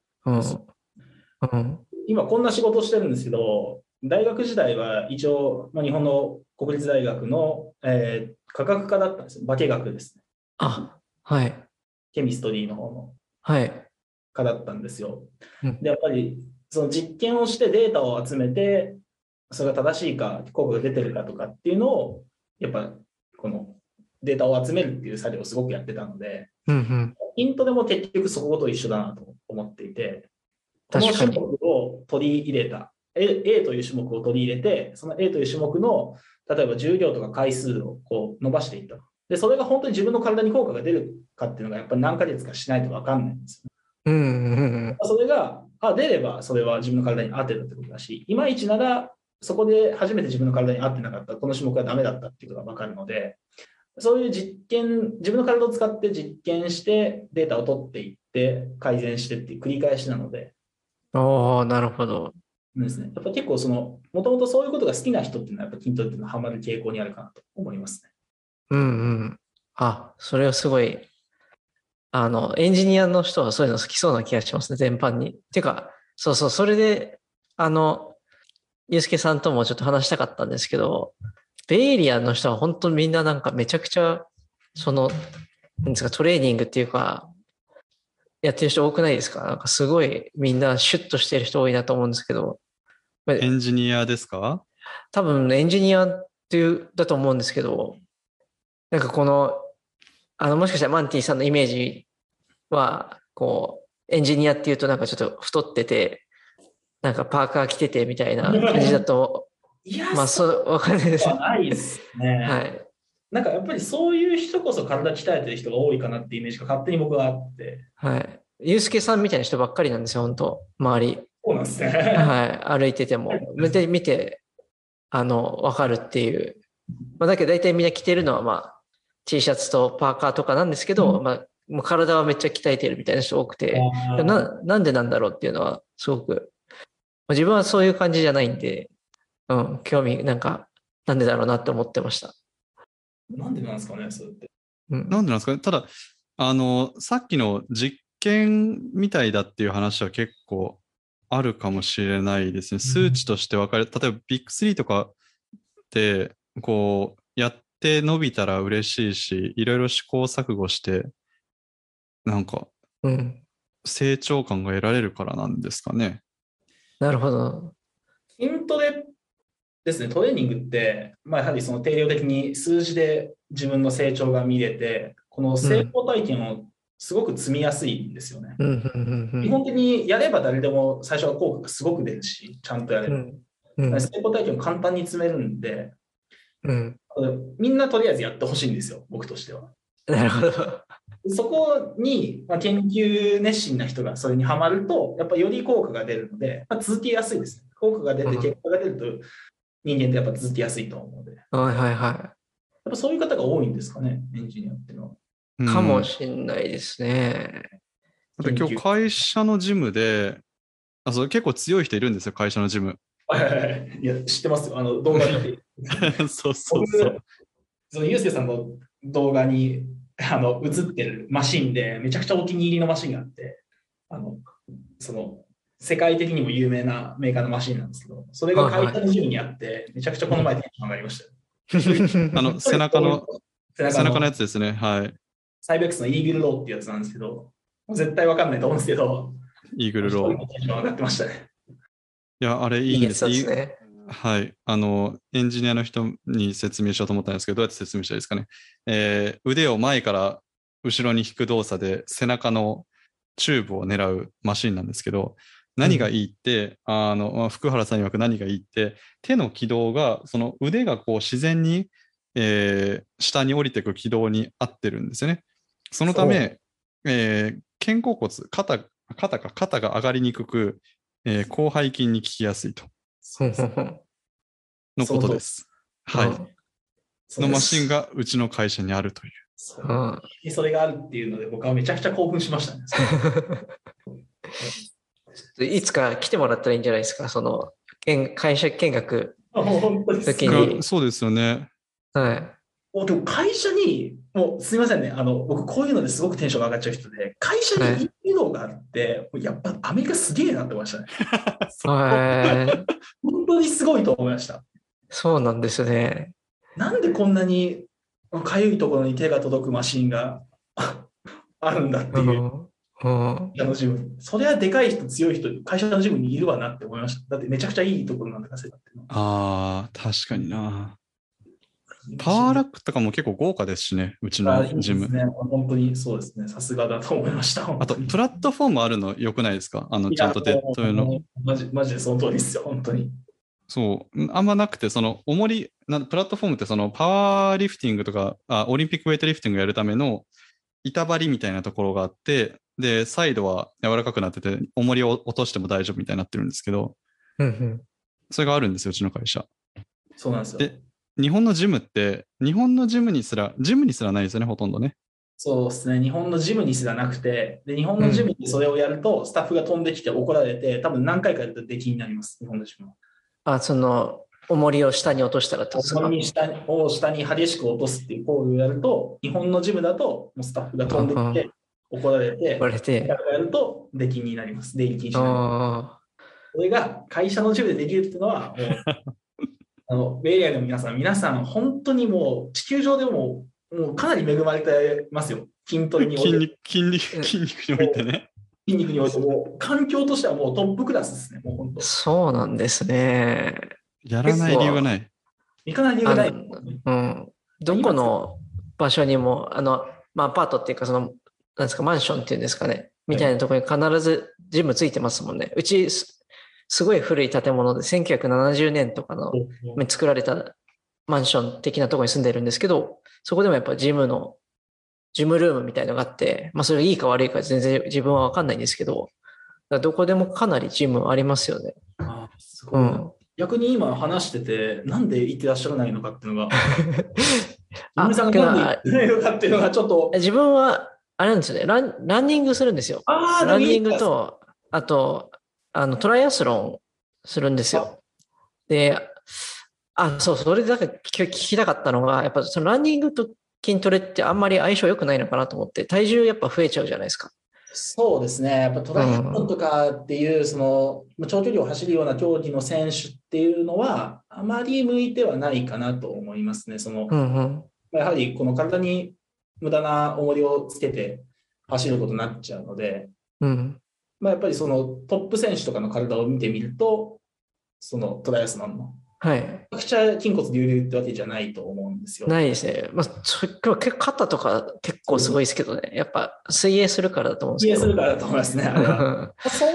今こんな仕事してるんですけど、大学時代は一応、日本の国立大学の、科学科だったんですよ。化学ですね。 はい。 ケミストリーの方の科だったんですよ。で、やっぱりその実験をしてデータを集めて、それが正しいか、効果が出てるかとかっていうのを、やっぱこのデータを集めるっていう作業をすごくやってたので、イントでも結局そこと一緒だなと思っていて、この種目を取り入れた、A という種目を取り入れて、その A という種目の例えば重量とか回数をこう伸ばしていった。で、それが本当に自分の体に効果が出るかっていうのがやっぱり何ヶ月かしないと分かんないんですよ。それが出ればそれは自分の体に合ってたってことだし、いまいちならそこで初めて自分の体に合ってなかった、この種目はダメだったっていうことが分かるので、そういう実験、自分の体を使って実験してデータを取っていって改善してっていう繰り返しなので。 なるほど。 ですね。やっぱ結構もともとそういうことが好きな人っていうのはやっぱ筋トレっていうのはハマる傾向にあるかなと思いますね。 それはすごい、エンジニアの人はそういうの好きそうな気がしますね、全般に。てか、それで、ゆうすけさんともちょっと話したかったんですけど、ベイエリアの人は本当にみんななんかめちゃくちゃ、なんですか、トレーニングっていうか、やってる人多くないですか？なんかすごいみんなシュッとしてる人多いなと思うんですけど。 エンジニアですか？ 多分エンジニアっていうだと思うんですけど、なんかもしかしたらマンティさんのイメージは、エンジニアっていうとなんかちょっと太ってて、なんかパーカー着ててみたいな感じだと、わかんないです。 ないですね。 はい。 なんかやっぱりそういう人こそ体鍛えてる人が多いかなっていうイメージが勝手に僕はあって。 はい。ゆうすけさんみたいな人ばっかりなんですよ、本当周り。 そうなんですね。 はい。歩いてても。見て、わかるっていう。だけど大体みんな着てるのはT シャツとパーカーとかなんですけど、もう体はめっちゃ鍛えてるみたいな人多くて、なんでなんだろうっていうのはすごく、自分はそういう感じじゃないんで、興味、なんでだろうなって思ってました。 なんでなんですかね、それって。 なんでなんですかね。ただ、さっきの実験みたいだっていう話は結構あるかもしれないですね。数値として分かる。例えばビッグ3とかで、やって伸びたら嬉しいし、いろいろ試行錯誤して、成長感が得られるからなんですかね。 なるほど。 筋トレですね、トレーニングって、やはりその定量的に数字で自分の成長が見れて、この成功体験をすごく積みやすいんですよね。基本的にやれば誰でも最初は効果がすごく出るし、ちゃんとやれば。 うん。 成功体験を簡単に積めるんで、 うん。 みんなとりあえずやってほしいんですよ、僕としては。 なるほど。 そこに、研究熱心な人がそれにはまると、やっぱより効果が出るので、続けやすいですね。効果が出て結果が出ると、人間ってやっぱ続きやすいと思うので。 はいはいはやっぱそういう方が多いんですかね、エンジニアっていうのは。 い。かもしれないですね。 あと今日会社のジムで、そう結構強い人いるんですよ、会社のジム。 いや、知ってますよ。動画見て。 そうそうそう。 そのユースケさんの動画に映ってるマシンで、めちゃくちゃお気に入りのマシンがあって、その世界的にも有名なメーカーのマシンなんですけど、それが会社のジムにあって、めちゃくちゃこの前テンション上がりましたよ。 背中のやつですね。はい。 サイベックスのイーグルローってやつなんですけど、絶対わかんないと思うんですけど、 イーグルロー。 テンション上がってましたね。 いや、あれいいんです。 いいやつですね。 はい。エンジニアの人に説明しようと思ったんですけど、どうやって説明したらいいですかね。腕を前から後ろに引く動作で背中のチューブを狙うマシンなんですけど、何がいいって、福原さん曰く何がいいって、手の軌道が、その腕がこう自然に、下に降りていく軌道に合ってるんですよね。そのため、肩甲骨、肩が上がりにくく、広背筋に効きやすいと。のことです。はい。のマシンがうちの会社にあるという。 それがあるっていうので、僕はめちゃくちゃ興奮しましたね。 いつか来てもらったらいいんじゃないですか、その会社見学の時に。 そうですよね。 はい。 でも会社に、もうすみませんね、僕こういうのですごくテンションが上がっちゃう人で、会社に行くのがあって、やっぱアメリカすげえなって思いましたね。本当にすごいと思いました。 そうなんですね。 なんでこんなにかゆいところに手が届くマシンがあるんだっていう。ジム。それはでかい人、強い人、会社のジムにいるわなって思いました。だってめちゃくちゃいいところなんだから、世界っていうのは。 ああ、確かにな。パワーラックとかも結構豪華ですしね、うちのジム。 いいですね、本当にそうですね、さすがだと思いました。 あと、プラットフォームあるの良くないですか？ちゃんとで、そういうの。 マジでその通りですよ、本当に。 そう、あんまなくて、プラットフォームってそのパワーリフティングとか、オリンピックウェイトリフティングやるための板張りみたいなところがあって、で、サイドは柔らかくなってて、重りを落としても大丈夫みたいになってるんですけど、それがあるんですよ、うちの会社。 そうなんですよ。 で、日本のジムって、日本のジムにすらないですよね、ほとんどね。 そうですね、日本のジムにすらなくて、で、日本のジムでそれをやると、スタッフが飛んできて怒られて、多分何回かやると出禁になります、日本のジムは。 その、重りを下に落としたらってことですか？ 重りを下に激しく落とすっていう行為をやると、日本のジムだと、もうスタッフが飛んできて、怒られて、やると出禁になります。出入り禁止になります。それが会社のジムでできるっていうのは、もうベイエリアの皆さん、本当にもう地球上でもうかなり恵まれてますよ。筋トレにおいて。 筋肉においてね。 筋肉においても、環境としてはもうトップクラスですね、もう本当。 そうなんですね。 やらない理由がない。 行かない理由がない。 どこの場所にも、アパートっていうか、なんですか、マンションっていうんですかね、みたいなところに必ずジムついてますもんね。うち、すごい古い建物で、1970年とかの作られたマンション的なところに住んでるんですけど、そこでもやっぱジムルームみたいなのがあって、それがいいか悪いか全然自分は分かんないんですけど、どこでもかなりジムありますよね。 すごい。逆に今話してて、なんで行ってらっしゃらないのかっていうのが、さんがなんで行ってないのかっていうのがちょっと。 自分は、あれなんですよね、ランニングするんですよ。ランニングと、あと、トライアスロンするんですよ。で、そう、それだけ聞きたかったのが、やっぱそのランニングと筋トレってあんまり相性良くないのかなと思って、体重やっぱ増えちゃうじゃないですか。 そうですね。やっぱトライアスロンとかっていう、長距離を走るような競技の選手っていうのは、あまり向いてはないかなと思いますね。やはりこの体に無駄な重りをつけて走ることになっちゃうので、やっぱりそのトップ選手とかの体を見てみると、そのトライアスロンのめちゃくちゃ筋骨隆々ってわけじゃないと思うんですよ。 ないですね。肩とか結構すごいですけどね。やっぱ水泳するからだと思うんですけど。 水泳するからだと思いますね。そういっ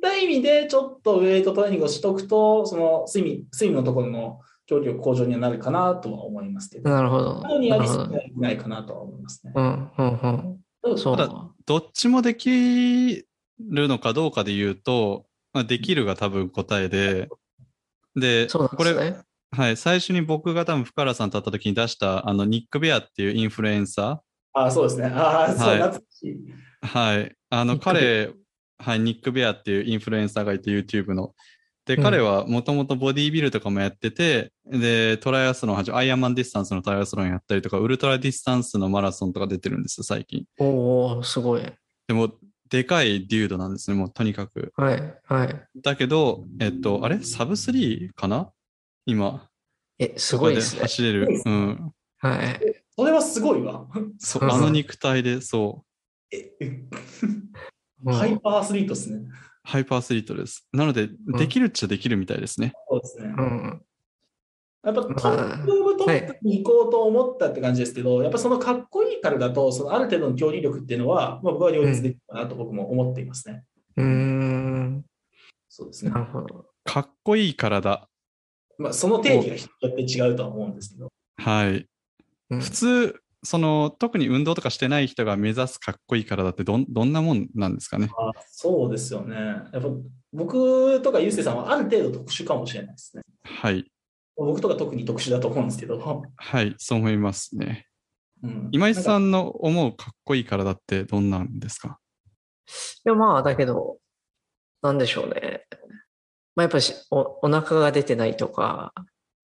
った意味でちょっとウェイトトレーニングをしとくと、そのスイムのところの強力向上にはなるかなとは思いますけど、 なるほど。 過度にやりすぎないないかなとは思いますね。 うんうんうん。そただう。 どっちもできるのかどうかで言うと、まあ、できるが多分答えで、で、 そうなんでこれ、 すね。 はい、最初に僕が多分福原さんと会った時に出したニック・ベアっていうインフルエンサそうですね。 ー、 そう、 はい、 懐かしい。 はい、 ニックベ彼、はい、ニック・ベアっていうインフルエンサーがいて YouTube の。で、 うん彼はもともとボディービルとかもやってて、で、トライアスロンアイアンマンディスタンスのトライアスロンやったりとか、ウルトラディスタンスのマラソンとか出てるんですよ、最近。 おお、すごい。 でも、でかいデュードなんですね、もうとにかく。 はい、はい。 だけど、あれサブ3かな今、 すとかでごいですね。 走れる。うん。 はい。 それはすごいわ。 そう、 うん肉体で、そう、 えうんハイパーアスリートですね。 ハイパーアスリートです。なので、できるっちゃできるみたいですね。 そうですね。 うん。 やっぱトップオまあ、 ブトはい。 ップに行こうと思ったって感じですけど、やっぱそのかっこいいからだと、そのある程度の競技力っていうのは、僕は両立できるかなと僕も思っていますね。そうですね。 なるほど。 かっこいい体。 その定義が人によって違うとは思うんですけど。 はい。 うん普通、特に運動とかしてない人が目指すかっこいい体ってどんなもんなんですかね。 そうですよね。やっぱ僕とかゆうせいさんはある程度特殊かもしれないですね。 はい。 僕とか特に特殊だと思うんですけど。 はい、そう思いますね。 うん、 今井さんの思うかっこいい体ってどんなんですか？ いや、だけど、なんでしょうね。やっぱしお腹が出てないとか、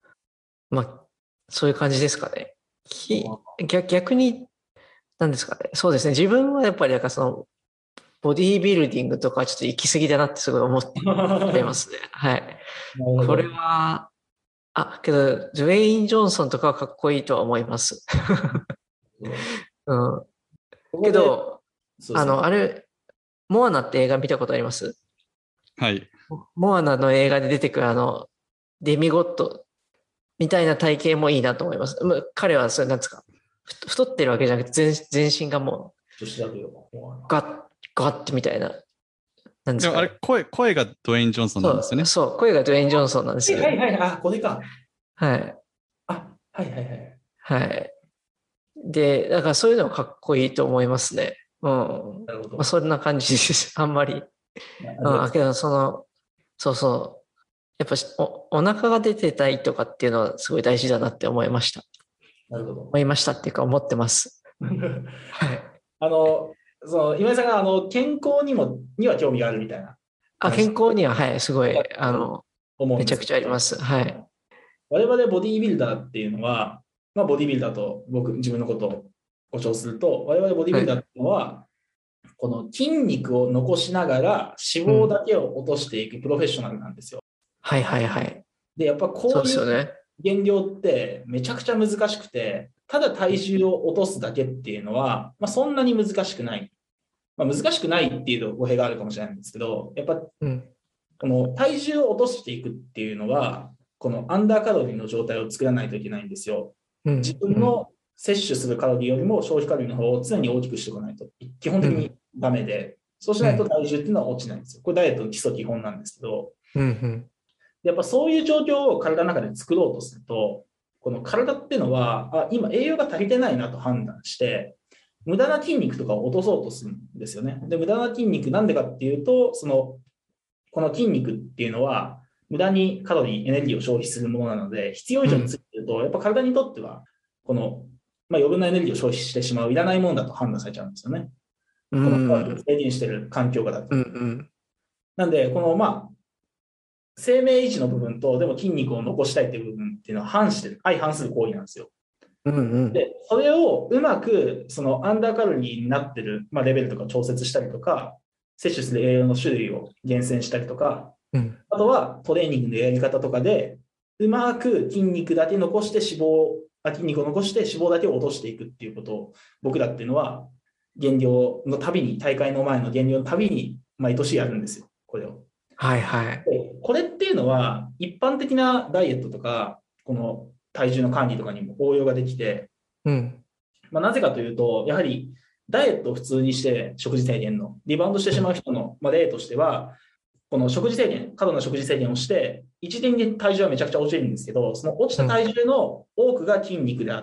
そういう感じですかね。逆に、なんですかね。そうですね。自分はやっぱりボディービルディングとかちょっと行き過ぎだなってすごい思ってますね。はい。これは、けど、ドゥエイン・ジョンソンとかはかっこいいとは思います。うん。けど、あれ、モアナって映画見たことあります？ はい。 モアナの映画で出てくるデミゴットみたいな体型もいいなと思います。彼はそれなんですか、太ってるわけじゃなくて全身がもうガッてみたいな。なんですか、 でもあれ声がドウェイン・ジョンソンなんですよね。 そう、声がドウェイン・ジョンソンなんですよね。 はいはいはい、これか。 はい。 はいはいはい。 はい。で、だからそういうのはかっこいいと思いますね。うん。 なるほど。 そんな感じです。あんまり。けどそうそう。やっぱお腹が出てたいとかっていうのはすごい大事だなって思いました。 なるほど。 思いましたっていうか思ってます。はい。 今井さんが健康には興味があるみたいな。 健康には、はい、すごい、めちゃくちゃあります。はい。 我々ボディービルダーっていうのは、ボディービルダーと自分のことをご称すると、我々ボディービルダーっていうのは、この筋肉を残しながら脂肪だけを落としていくプロフェッショナルなんですよ。 はいはいはい。 で、やっぱこういう減量ってめちゃくちゃ難しくて、ただ体重を落とすだけっていうのは、そんなに難しくない。難しくないっていうと語弊があるかもしれないんですけど、やっぱ、この体重を落としていくっていうのは、このアンダーカロリーの状態を作らないといけないんですよ。自分の摂取するカロリーよりも消費カロリーの方を常に大きくしておかないと、基本的にダメで、そうしないと体重っていうのは落ちないんですよ。これダイエットの基礎基本なんですけど、やっぱそういう状況を体の中で作ろうとすると、この体っていうのは、今栄養が足りてないなと判断して、無駄な筋肉とかを落とそうとするんですよね。で、無駄な筋肉なんでかっていうと、この筋肉っていうのは、無駄にカロリー、エネルギーを消費するものなので、必要以上についてると、やっぱ体にとっては、この、余分なエネルギーを消費してしまう、いらないものだと判断されちゃうんですよね。この制限している環境下だと。なんで、この、生命維持の部分と、でも筋肉を残したいっていう部分っていうのは相反する行為なんですよ。で、それをうまく、アンダーカロリーになってる、レベルとか調節したりとか、摂取する栄養の種類を厳選したりとか、あとはトレーニングのやり方とかで、うまく筋肉だけ残して筋肉を残して脂肪だけを落としていくっていうことを、僕らっていうのは、減量のたびに、大会の前の減量のたびに、毎年やるんですよ、これを。 はいはい。 これっていうのは、一般的なダイエットとか、この体重の管理とかにも応用ができて、なぜかというと、やはりダイエットを普通にして食事制限のリバウンドしてしまう人の例としては、 この食事制限、過度な食事制限をして、一時的に体重はめちゃくちゃ落ちるんですけど、その落ちた体重の多くが筋肉であって、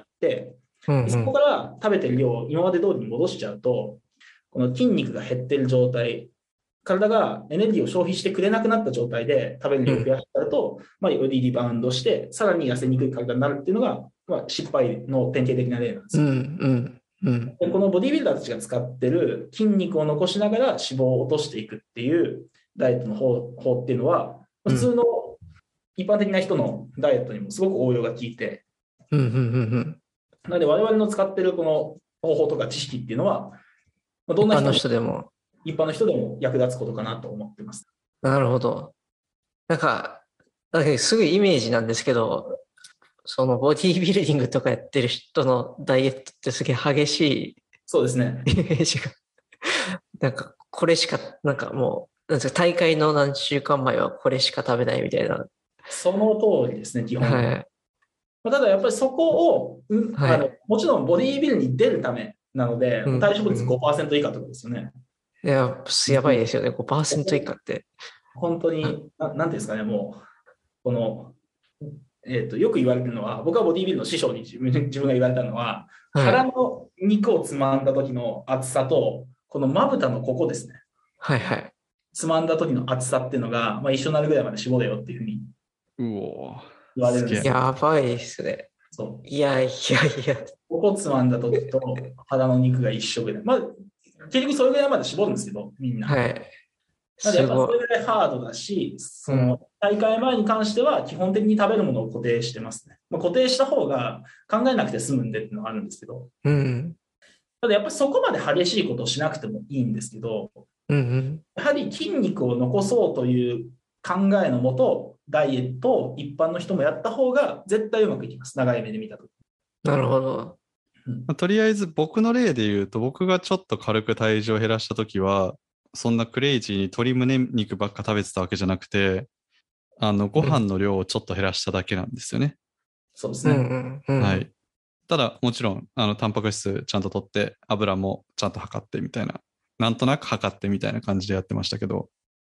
そこから食べてる量を今まで通りに戻しちゃうと、この筋肉が減ってる状態、体がエネルギーを消費してくれなくなった状態で食べる量を増やしちゃうと、よりリバウンドして、さらに痩せにくい体になるっていうのが、失敗の典型的な例なんですよ。でこのボディビルダーたちが使ってる筋肉を残しながら脂肪を落としていくっていうダイエットの方法っていうのは、普通の一般的な人のダイエットにもすごく応用が効いて、なので我々の使ってるこの方法とか知識っていうのは、どんな人でも一般の人でも役立つことかなと思ってます。 なるほど。なんかすぐイメージなんですけど、そのボディービルディングとかやってる人のダイエットってすげえ激しい。 そうですね。 イメージが。なんかこれしか、なんかもう、なんですか、大会の何週間前はこれしか食べないみたいな。 その通りですね、基本。はい、ただやっぱりそこを、もちろんボディービルに出るためなので、体脂肪率 5% 以下とかですよね。 いや、やばいですよね、5% 以下って。 本当に、なんていうんですかね、もう、この、よく言われてるのは、僕はボディービルの師匠に自分が言われたのは、腹の肉をつまんだ時の厚さと、このまぶたのここですね。 はいはい。 つまんだ時の厚さっていうのが、一緒になるぐらいまで絞れよっていうふうに言われるんですよ。 やばいですね。 そう。 いや。 ここつまんだ時と腹の肉が一緒ぐらい。結局それぐらいまで絞るんですけど、みんな。 はい。 なのでやっぱそれぐらいハードだし、その大会前に関しては基本的に食べるものを固定してますね。固定した方が考えなくて済むんでっていうのがあるんですけど。ただやっぱりそこまで激しいことをしなくてもいいんですけど、やはり筋肉を残そうという考えのもと、ダイエットを一般の人もやった方が絶対うまくいきます。長い目で見たとき。 なるほど。 とりあえず僕の例で言うと、僕がちょっと軽く体重を減らしたときは、そんなクレイジーに鶏胸肉ばっか食べてたわけじゃなくて、ご飯の量をちょっと減らしただけなんですよね。 そうですね。 はい。ただ、もちろん、タンパク質ちゃんと取って、油もちゃんと測ってみたいな、なんとなく測ってみたいな感じでやってましたけど。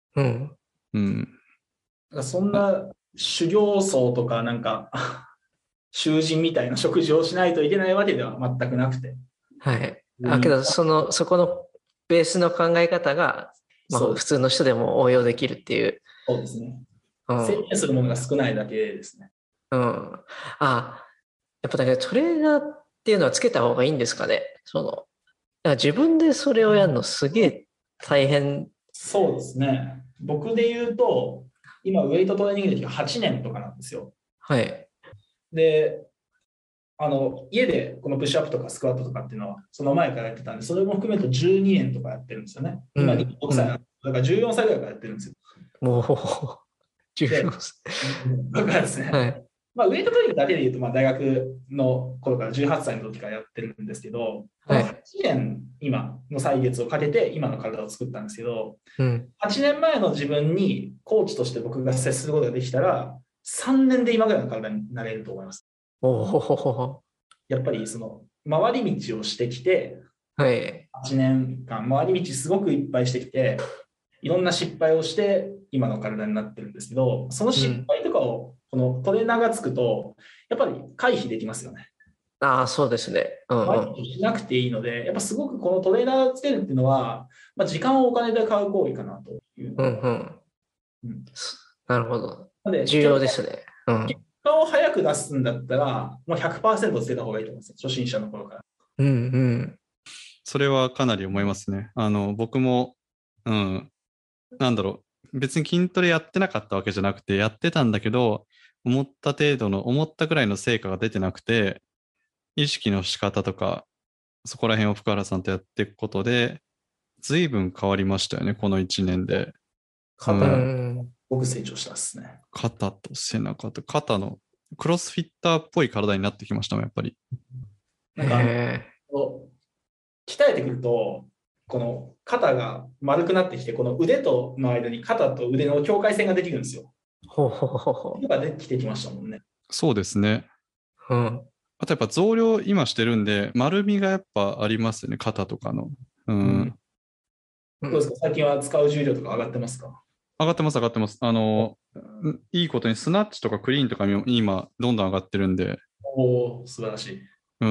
そんな修行僧とか、なんか、囚人みたいな食事をしないといけないわけでは全くなくて。 はい。けど、そこのベースの考え方が、普通の人でも応用できるっていう。 そうですね。制限するものが少ないだけですね。 やっぱだけどトレーナーっていうのはつけた方がいいんですかね。自分でそれをやるのすげえ大変。 そうですね。僕で言うと、今ウェイトトレーニング歴が8年とかなんですよ。 はい。で、 家でこのプッシュアップとかスクワットとかっていうのはその前からやってたんで、それも含めると12年とかやってるんですよね。今26歳なんで、だから14歳ぐらいからやってるんですよ。 もう14歳。 だからですね。はい。ウェイトトレーニングだけで言うと、大学の頃から18歳の時からやってるんですけど、8年今の歳月をかけて今の体を作ったんですけど、8年前の自分にコーチとして僕が接することができたら、3年で今ぐらいの体になれると思います。やっぱりその回り道をしてきて、8年間回り道すごくいっぱいしてきて、いろんな失敗をして今の体になってるんですけど、その失敗とかをこのトレーナーがつくとやっぱり回避できますよね。 そうですね。 回避しなくていいので、やっぱすごくこのトレーナーをつけるっていうのは、時間をお金で買う行為かなという。 なるほど。重要ですね。 結果を早く出すんだったら、もう 100% つけた方がいいと思います。初心者の頃から。 それはかなり思いますね。僕も、別に筋トレやってなかったわけじゃなくて、やってたんだけど、思ったくらいの成果が出てなくて、意識の仕方とか、そこら辺を福原さんとやっていくことで、随分変わりましたよね、この1年で。 僕成長したっすね。 肩と背中と肩のクロスフィッターっぽい体になってきましたもん、やっぱり。 なんか鍛えてくると、この肩が丸くなってきて、この腕との間に肩と腕の境界線ができるんですよ。ができてきましたもんね。 そうですね。あとやっぱ増量今してるんで、丸みがやっぱありますよね、肩とかの。 どうですか、最近は使う重量とか上がってますか？ 上がってます、上がってます。いいことにスナッチとかクリーンとかも今、どんどん上がってるんで、 おお、素晴らしい。 うん。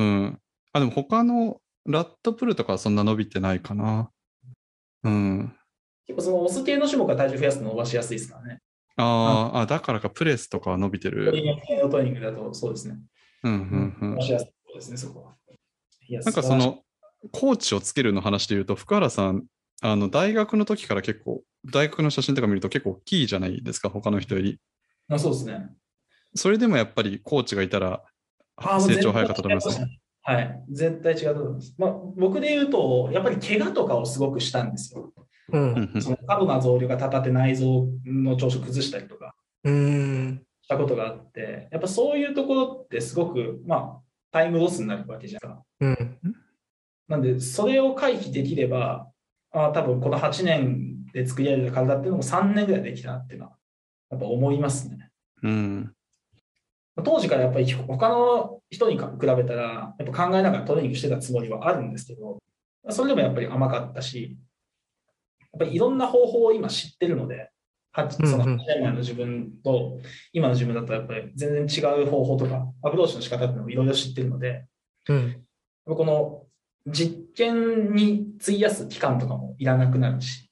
でも他のラットプルとかはそんな伸びてないかな。うん。 結構そのオス系の種目は体重増やすの伸ばしやすいですからね。 だからか、プレスとかは伸びてる。 トレーニング系のトレーニングだとそうですね。 うん、うん、うん。 伸ばしやすいそうですね、そこは。いや、 なんか素晴らしい。 コーチをつけるの話で言うと、福原さん、大学の時から結構、大学の写真とか見ると結構大きいじゃないですか、他の人より。 そうですね。 それでもやっぱりコーチがいたら、 もう成長絶対違早かったと思います。 いますね。はい。絶対違うと思います。僕で言うと、やっぱり怪我とかをすごくしたんですよ。 ううんん。 その過度な増量がたたって内臓の調子を崩したりとかしたことがあって、やっぱそういうところってすごく、タイムロスになるわけじゃないですか。 うん。 なんで、それを回避できれば、多分この8年で作り上げた体っていうのも3年ぐらいできたなっていうのは、やっぱ思いますね。 うん。 当時からやっぱり他の人に比べたら、やっぱ考えながらトレーニングしてたつもりはあるんですけど、それでもやっぱり甘かったし、やっぱりいろんな方法を今知ってるので、その8年前の自分と今の自分だとやっぱり全然違う方法とか、アプローチの仕方っていうのをいろいろ知ってるので、この実験に費やす期間とかもいらなくなるし。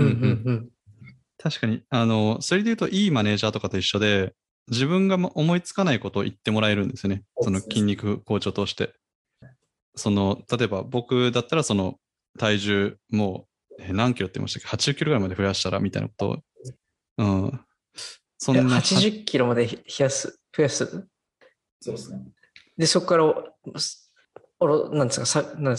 確かに、それで言うといいマネージャーとかと一緒で、自分が思いつかないことを言ってもらえるんですよね。その筋肉コーチを通して。例えば僕だったら体重もう何キロって言いましたっけ ?80 キロぐらいまで増やしたらみたいなことを。うん。 そんな80キロまで増やす。 そうですね。 で、そこからなんですか、減ら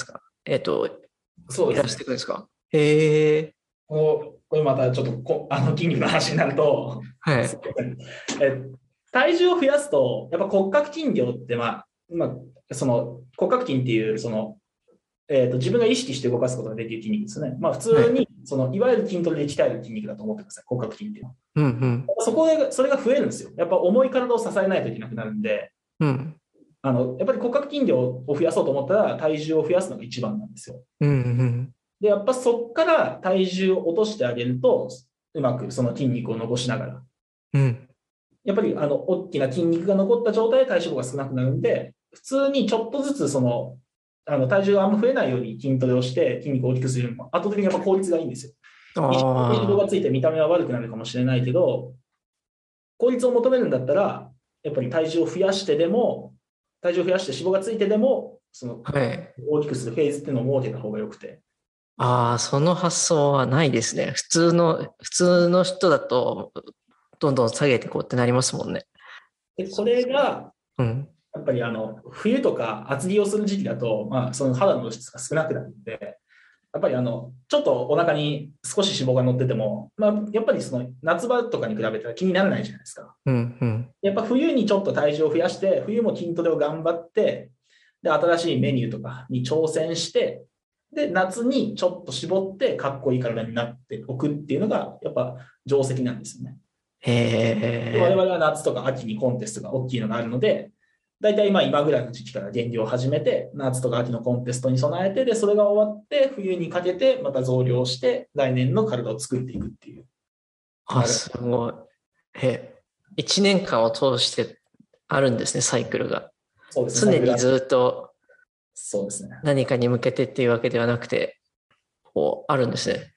していくんですか。 これまたちょっと筋肉の話になると、 はい。 体重を増やすと、やっぱ骨格筋量って、その骨格筋っていう、自分が意識して動かすことができる筋肉ですね。普通に、いわゆる筋トレで鍛える筋肉だと思ってください、骨格筋っていうのは。それが増えるんですよ。やっぱ重い体を支えないといけなくなるんで、やっぱり骨格筋量を増やそうと思ったら、体重を増やすのが一番なんですよ。で、やっぱそこから体重を落としてあげると、うまくその筋肉を残しながら。やっぱり大きな筋肉が残った状態で体脂肪が少なくなるんで、普通にちょっとずつ体重があんま増えないように筋トレをして筋肉を大きくするよりも圧倒的にやっぱ効率がいいんですよ。一緒に色がついて見た目は悪くなるかもしれないけど、効率を求めるんだったら、やっぱり体重を増やして脂肪がついてでも、大きくするフェーズっていうのを設けた方がよくて。 その発想はないですね。普通の人だと、どんどん下げていこうってなりますもんね。 で、これが、やっぱり冬とか厚着をする時期だと、その肌の露出が少なくなるので、やっぱりちょっとお腹に少し脂肪が乗ってても、やっぱり夏場とかに比べたら気にならないじゃないですか。やっぱ冬にちょっと体重を増やして、冬も筋トレを頑張って、で、新しいメニューとかに挑戦して、で、夏にちょっと絞ってかっこいい体になっておくっていうのが、やっぱ定石なんですよね。我々は夏とか秋にコンテストが大きいのがあるので、大体今ぐらいの時期から減量を始めて、夏とか秋のコンテストに備えて、で、それが終わって、冬にかけてまた増量して、来年の体を作っていくっていう。 すごい。1年間を通してあるんですね、サイクルが。 そうですね。 常にずっと、 そうですね。 何かに向けてっていうわけではなくて、あるんですね。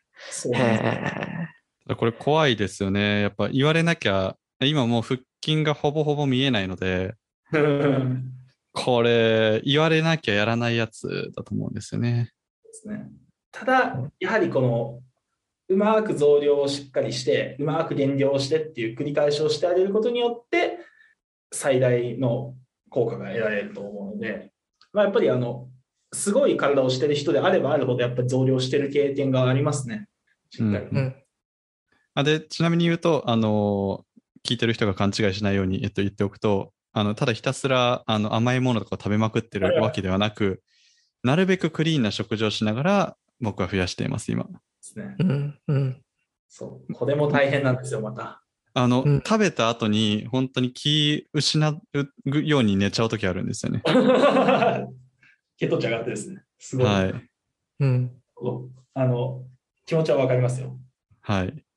これ怖いですよね。やっぱ言われなきゃ、今もう腹筋がほぼほぼ見えないので、これ言われなきゃやらないやつだと思うんですよね。 ですね。ただ、やはりうまく増量をしっかりして、うまく減量をしてっていう繰り返しをしてあげることによって、最大の効果が得られると思うので、やっぱりすごい体をしてる人であればあるほど、やっぱり増量してる経験がありますね。しっかり。 で、ちなみに言うと、聞いてる人が勘違いしないように、言っておくと、ただひたすら甘いものとかを食べまくってるわけではなく、なるべくクリーンな食事をしながら僕は増やしています、今。 ですね。そう。これも大変なんですよ、また。 食べた後に本当に気失うように寝ちゃうときあるんですよね。 血糖値上がってですね。すごい。 はい。 気持ちはわかりますよ。 はい。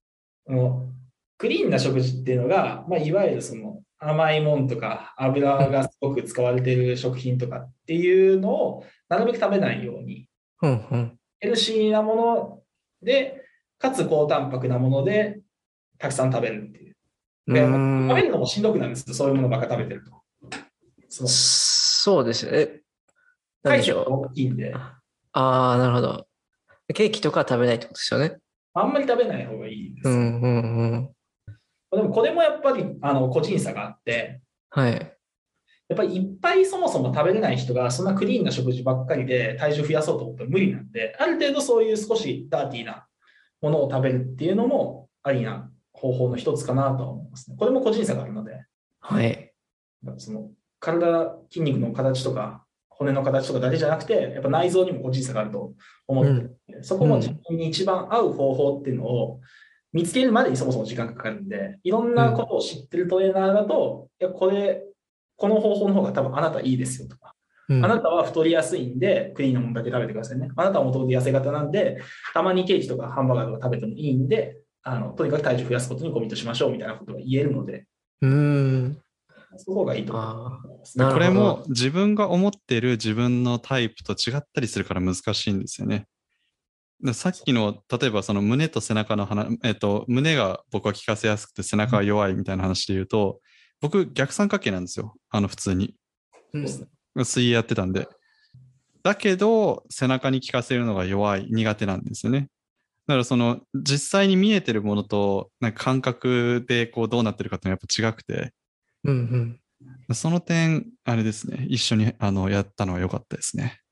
クリーンな食事っていうのが、いわゆるその甘いもんとか油がすごく使われている食品とかっていうのをなるべく食べないように、ヘルシーなもので、かつ高タンパクなものでたくさん食べるっていう。で食べるのもしんどくなるんですよ、そういうものばっか食べてると。 そうですね。 体積が大きいんで。 ああ、なるほど。ケーキとかは食べないってことですよね。 あんまり食べない方がいいです。でもこれもやっぱり個人差があって、 はい。 やっぱりいっぱいそもそも食べれない人がそんなクリーンな食事ばっかりで体重増やそうと思ったら無理なんで、ある程度そういう少しダーティーなものを食べるっていうのもありな方法の一つかなとは思いますね。これも個人差があるので、 はい。 その筋肉の形とか骨の形とかだけじゃなくて、やっぱ内臓にも個人差があると思ってる、そこも自分に一番合う方法っていうのを見つけるまでにそもそも時間かかるんで、いろんなことを知ってるトレーナーだと、いやこの方法の方が多分あなたいいですよとか、あなたは太りやすいんでクリーンなものだけ食べてくださいね。あなたはもともと痩せ型なんで、たまにケーキとかハンバーガーとか食べてもいいんで、とにかく体重増やすことにコミットしましょうみたいなことが言えるので、その方がいいと思います。 これも自分が思っている自分のタイプと違ったりするから難しいんですよね。さっきの例えばその胸と背中の話、胸が僕は効かせやすくて背中が弱いみたいな話で言うと、僕逆三角形なんですよ。普通に。水泳やってたんで。だけど背中に効かせるのが苦手なんですよね。だからその実際に見えてるものとなんか感覚でこうどうなってるかっていうのはやっぱ違くて、その点あれですね、一緒にやったのは良かったですね。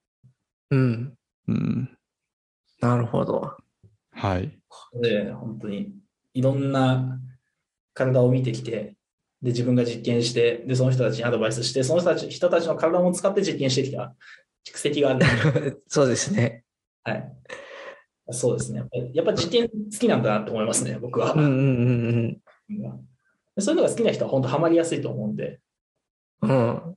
なるほど。 はい。 で本当にいろんな体を見てきて、で自分が実験して、でその人たちにアドバイスして、その人たちの体も使って実験してきた蓄積があるので。 そうですね。 はい。そうですね。やっぱ実験好きなんだなと思いますね、僕は。そういうのが好きな人は本当ハマりやすいと思うんで。はい、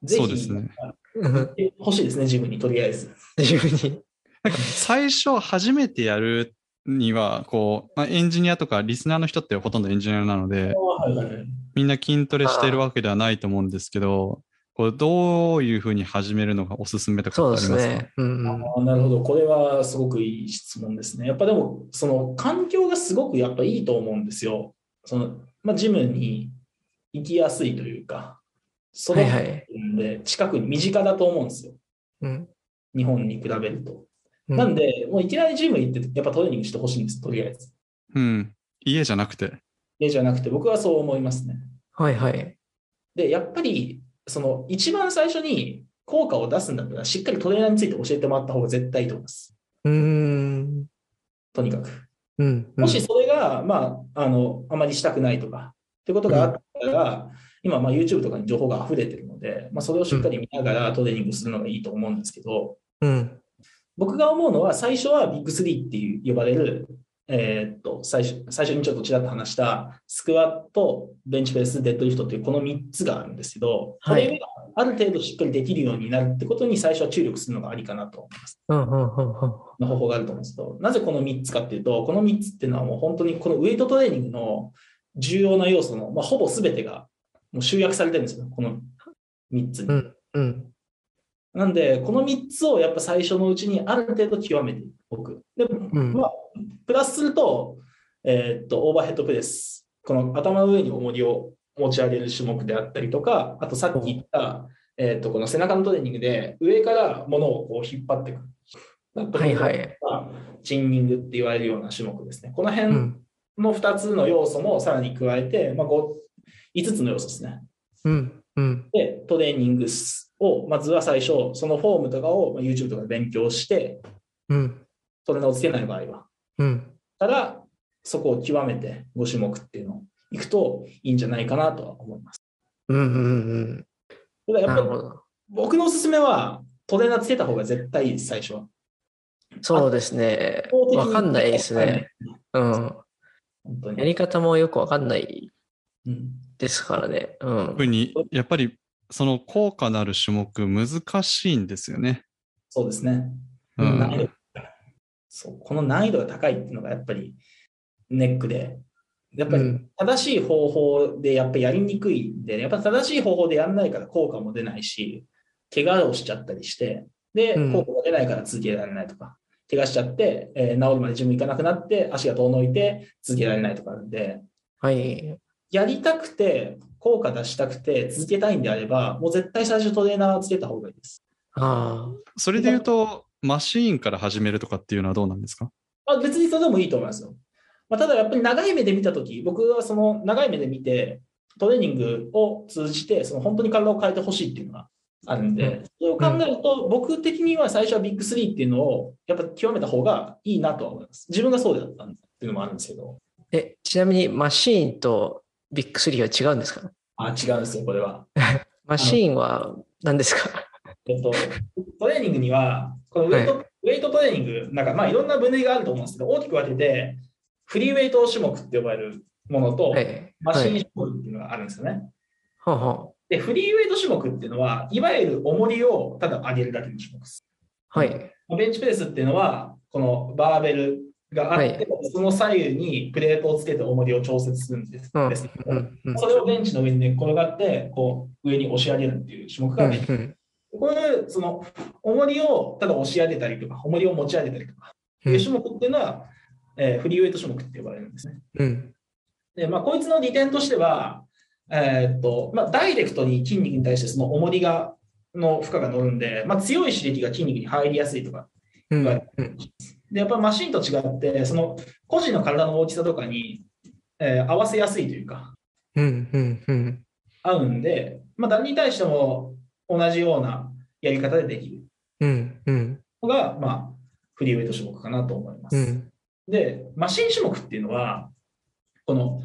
ぜひ、欲しいですね、ジムに、とりあえず。 ジムに。 なんか最初初めてやるにはエンジニアとかリスナーの人ってほとんどエンジニアなので、みんな筋トレしてるわけではないと思うんですけど、どういうふうに始めるのがおすすめとかってありますか？ なるほど、これはすごくいい質問ですね。やっぱでもその環境がすごくやっぱいいと思うんですよ。ジムに行きやすいというか、そので近くに身近だと思うんですよ。日本に比べると。なんで、もういきなりジム行ってやっぱトレーニングしてほしいんです、とりあえず。 家じゃなくて。 家じゃなくて、僕はそう思いますね。で、やっぱり一番最初に効果を出すんだったら、しっかりトレーナーについて教えてもらった方が絶対いいと思います。とにかく。もしそれが、あまりしたくないとか、ってことがあったら、今、YouTube とかに情報が溢れてるので、それをしっかり見ながらトレーニングするのがいいと思うんですけど、僕が思うのは、最初はビッグ3って呼ばれる、最初にちょっとちらっと話したスクワット、ベンチプレス、デッドリフトというこの3つがあるんですけど、これがある程度しっかりできるようになるってことに最初は注力するのがありかなと思います。の方法があると思うんですけど、なぜこの3つかっていうと、この3つっていうのはもう本当にこのウェイトトレーニングの重要な要素の、ほぼ全てがもう集約されてるんですよ、この3つに。なんで、この3つをやっぱ最初のうちにある程度極めておく。で、プラスすると、オーバーヘッドプレス。この頭の上に重りを持ち上げる種目であったりとか、あとさっき言った、この背中のトレーニングで上から物をこう引っ張っていく。チンニングって言われるような種目ですね。この辺の2つの要素もさらに加えて、5つの要素ですね。で、トレーニングを、まずは最初、そのフォームとかを YouTube とかで勉強して、トレーナーをつけない場合は。ただ、そこを極めて5種目っていうのをいくといいんじゃないかなとは思います。やっぱり僕のおすすめは、トレーナーつけた方が絶対いいです、最初は。 そうですね。わかんないですね。やり方もよくわかんないですからね。 特にやっぱりその効果のある種目難しいんですよね。 そうですね。この難易度が高いっていうのがやっぱりネックで、やっぱり正しい方法でやっぱりやりにくいんで、やっぱ正しい方法でやらないから効果も出ないし、怪我をしちゃったりして、で、効果が出ないから続けられないとか、怪我しちゃって、治るまでジム行かなくなって、足が遠のいて続けられないとかあるんで、 はい。 やりたくて、効果出したくて続けたいんであれば、もう絶対最初トレーナーをつけた方がいいです。 それで言うと、マシーンから始めるとかっていうのはどうなんですか？ 別にそれでもいいと思いますよ。ただやっぱり長い目で見たとき、僕はその長い目で見て、トレーニングを通じて、その本当に体を変えてほしいっていうのがあるんで、それを考えると、僕的には最初はビッグ3っていうのをやっぱ極めた方がいいなとは思います。自分がそうだったっていうのもあるんですけど。 ちなみにマシーンとビッグ3は違うんですか？ 違うんですよ、これは。 マシーンは何ですか？ トレーニングには、このウェイトトレーニング、なんかいろんな分類があると思うんですけど、大きく分けて、フリーウェイト種目って呼ばれるものと、マシン種目っていうのがあるんですよね。で、フリーウェイト種目っていうのは、いわゆる重りをただ上げるだけの種目です。ベンチプレスっていうのは、このバーベルがあって、その左右にプレートをつけて重りを調節するんですけど、それをベンチの上に寝っ転がって、こう上に押し上げるっていう種目ができる。こういうその重りをただ押し上げたりとか、重りを持ち上げたりとか、いう種目っていうのは、フリーウェイト種目って呼ばれるんですね。で、こいつの利点としては、ダイレクトに筋肉に対してその重りの負荷が乗るんで、強い刺激が筋肉に入りやすいとか言われてます。で、やっぱりマシンと違って、その個人の体の大きさとかに、合わせやすいというか、合うんで、誰に対しても同じようなやり方でできるのが、フリーウェイト種目かなと思います。で、マシン種目っていうのは、この、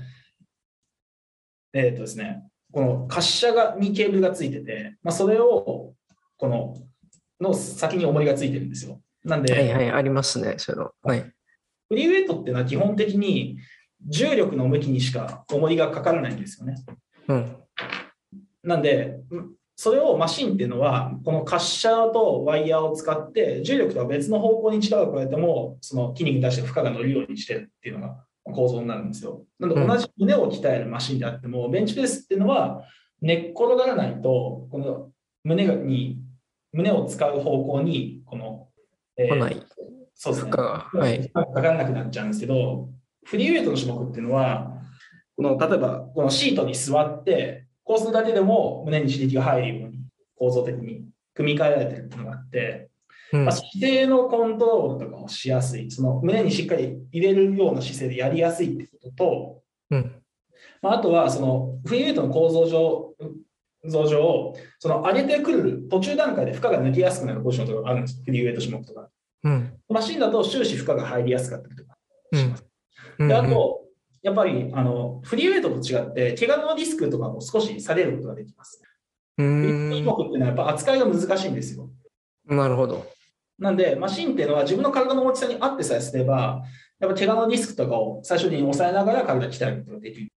ですね、この滑車にケーブルがついてて、それを、の先に重りがついてるんですよ。なんで、 ありますね、それは。 フリーウェイトっていうのは基本的に重力の向きにしか重りがかからないんですよね。なんで、それをマシンっていうのは、この滑車とワイヤーを使って、重力とは別の方向に力を加えても、その筋肉に対して負荷が乗るようにしてるっていうのが構造になるんですよ。なので、同じ胸を鍛えるマシンであっても、ベンチプレスっていうのは、寝っ転がらないと、この胸を使う方向に、そうですね。かからなくなっちゃうんですけど、フリーウェイトの種目っていうのは、例えば、このシートに座って、こうするだけでも胸に刺激が入るように構造的に組み替えられているっていうのがあって、姿勢のコントロールとかをしやすい、その胸にしっかり入れるような姿勢でやりやすいっていうことと、あとはそのフリーウェイトの構造上、その上げてくる途中段階で負荷が抜きやすくなるポジションとかがあるんですよ、フリーウェイト種目とか。マシンだと終始負荷が入りやすかったりとかします。で、あと、やっぱりフリーウェイトと違って、怪我のリスクとかも少し下げることができます。フリーウェイト種目っていうのはやっぱ扱いが難しいんですよ。 なるほど。 なんで、マシンっていうのは自分の体の大きさに合ってさえすれば、やっぱ怪我のリスクとかを最初に抑えながら体を鍛えることができる。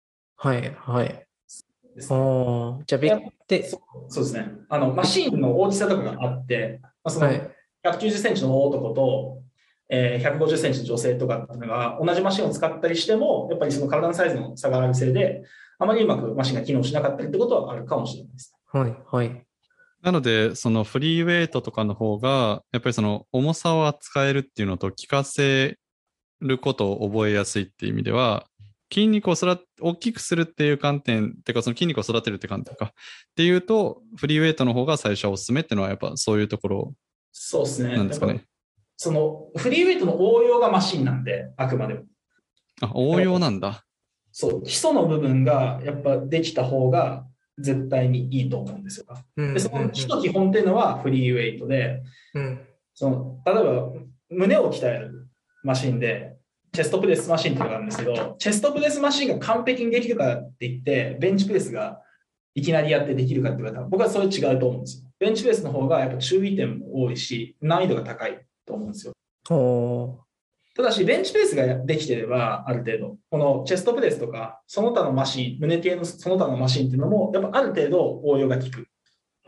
じゃあ、 そうですね。マシンの大きさとかがあって、その190センチの男と、150センチの女性とかっていうのが同じマシンを使ったりしても、やっぱりその体のサイズの差があるせいで、あまりうまくマシンが機能しなかったりってことはあるかもしれないです。 なので、そのフリーウェイトとかの方が、やっぱりその重さを扱えるっていうのと、効かせることを覚えやすいっていう意味では、筋肉を大きくするっていう観点、っていうかその筋肉を育てるって観点か。っていうと、フリーウェイトの方が最初はおすすめっていうのは、やっぱそういうところなんですかね。 そのフリーウェイトの応用がマシンなんで、あくまでも。 応用なんだ。 そう、基礎の部分がやっぱできた方が絶対にいいと思うんですよ。で、その基礎基本っていうのはフリーウェイトで、例えば胸を鍛えるマシンで、チェストプレスマシンっていうのがあるんですけど、チェストプレスマシンが完璧にできるかって言って、ベンチプレスがいきなりやってできるかって言われたら、僕はそれ違うと思うんですよ。ベンチプレスの方がやっぱ注意点も多いし、難易度が高いと思うんですよ。ただし、ベンチプレスができていれば、ある程度、このチェストプレスとか、その他のマシン、胸系のその他のマシンっていうのも、やっぱある程度応用が効く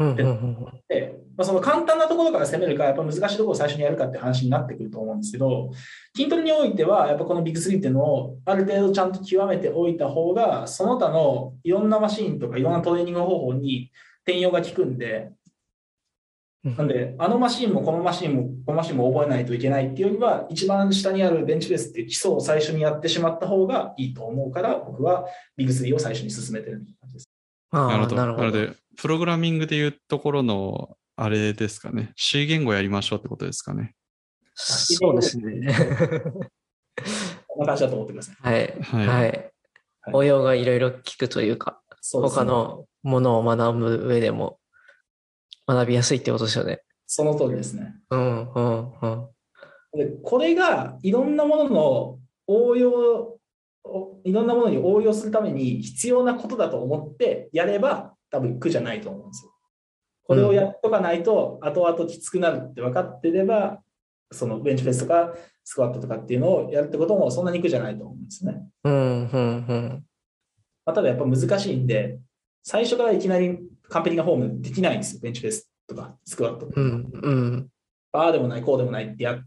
うんうんうんで、その簡単なところから攻めるか、やっぱ難しいところを最初にやるかって話になってくると思うんですけど、筋トレにおいては、やっぱこのビッグ3っていうのをある程度ちゃんと極めておいた方が、その他のいろんなマシンとかいろんなトレーニング方法に転用が効くんで、なんで、あのマシンもこのマシンもこのマシンも覚えないといけないっていうよりは、一番下にあるベンチプレスっていう基礎を最初にやってしまった方がいいと思うから、僕はビッグ3を最初に進めてる感じです。 なるほど。 なるほど。 なので、プログラミングでいうところの、あれですかね。C 言語やりましょうってことですかね。 そうですね。 こんな感じだと思ってください。 はい。 はいはい。応用がいろいろ効くというか、 そうですね他のものを学ぶ上でも学びやすいってことですよね。 その通りですね。 うんうんうん。 でこれがいろんなものの応用、いろんなものに応用するために必要なことだと思ってやれば多分苦じゃないと思うんですよ。これをやっとかないと後々きつくなるって分かってれば、そのベンチプレスとかスクワットとかっていうのをやるってこともそんなに苦じゃないと思うんですね。 うんうんうん。 ただやっぱ難しいんで、最初からいきなり完璧なフォームできないんですよ。ベンチプレスとかスクワットとか。 うんうん。 ああでもない、こうでもないってやって、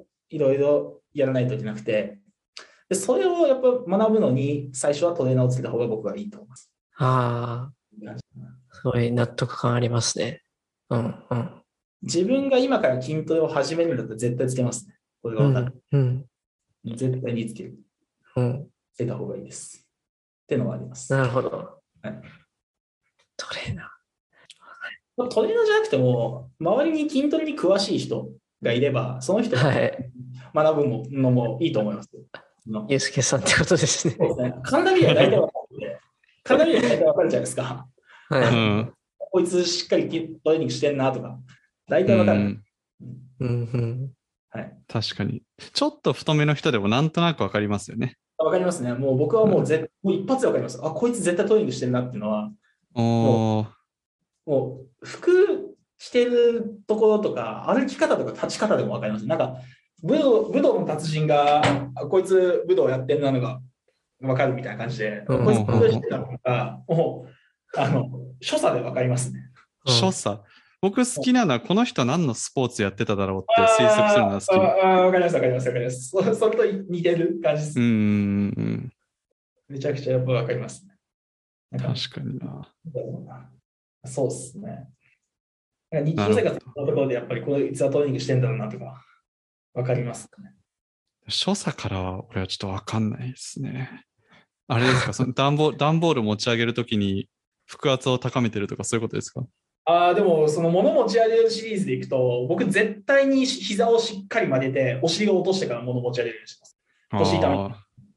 いろいろやらないといけなくて、でそれをやっぱ学ぶのに、最初はトレーナーをつけた方が僕はいいと思います。 ああ、すごい納得感ありますね。うんうん。 自分が今から筋トレを始めるんだったら絶対つけますね。これが分かる。 うん絶対につける。 うん。 つけた方がいいです。っていうのがあります。 なるほど。 はい、 トレーナトレーナーじゃなくても、周りに筋トレに詳しい人がいれば、その人ー。 がはい。 学ぶのもいいと思います。 ゆうすけさんってことですね。 そうですね。体見りゃ大体分かるんで、体見りゃ大体分かるじゃないですか。 はい。 うん。 こいつしっかりトレーニングしてんなとか、大体分かる。 うんうん。 はい。 確かに。ちょっと太めの人でもなんとなくわかりますよね。 分かりますね。もう僕はもうもう一発で分かります。あ、こいつ絶対トレーニングしてるなっていうのは、 おー。 もう服着てるところとか、歩き方とか立ち方でも分かります。なんか武道の達人が、こいつ武道やってるなのが分かるみたいな感じで、こいつ武道してるのが、もう、所作で分かりますね。 所作。僕好きなのは、この人何のスポーツやってただろうって推測するのが好き。 分かります、分かります、分かります。それと似てる感じです。めちゃくちゃやっぱ分かりますね。 確かにな。 そうですね。日常生活のところでやっぱりこいつはトレーニングしてんだろうなとか分かりますね。 所作からは俺はちょっと分かんないですね。あれですか、その段ボール持ち上げるときに腹圧を高めてるとかそういうことですか？ でもその物持ち上げるシリーズでいくと、僕絶対に膝をしっかり曲げて、お尻を落としてから物持ち上げるようにします。腰痛め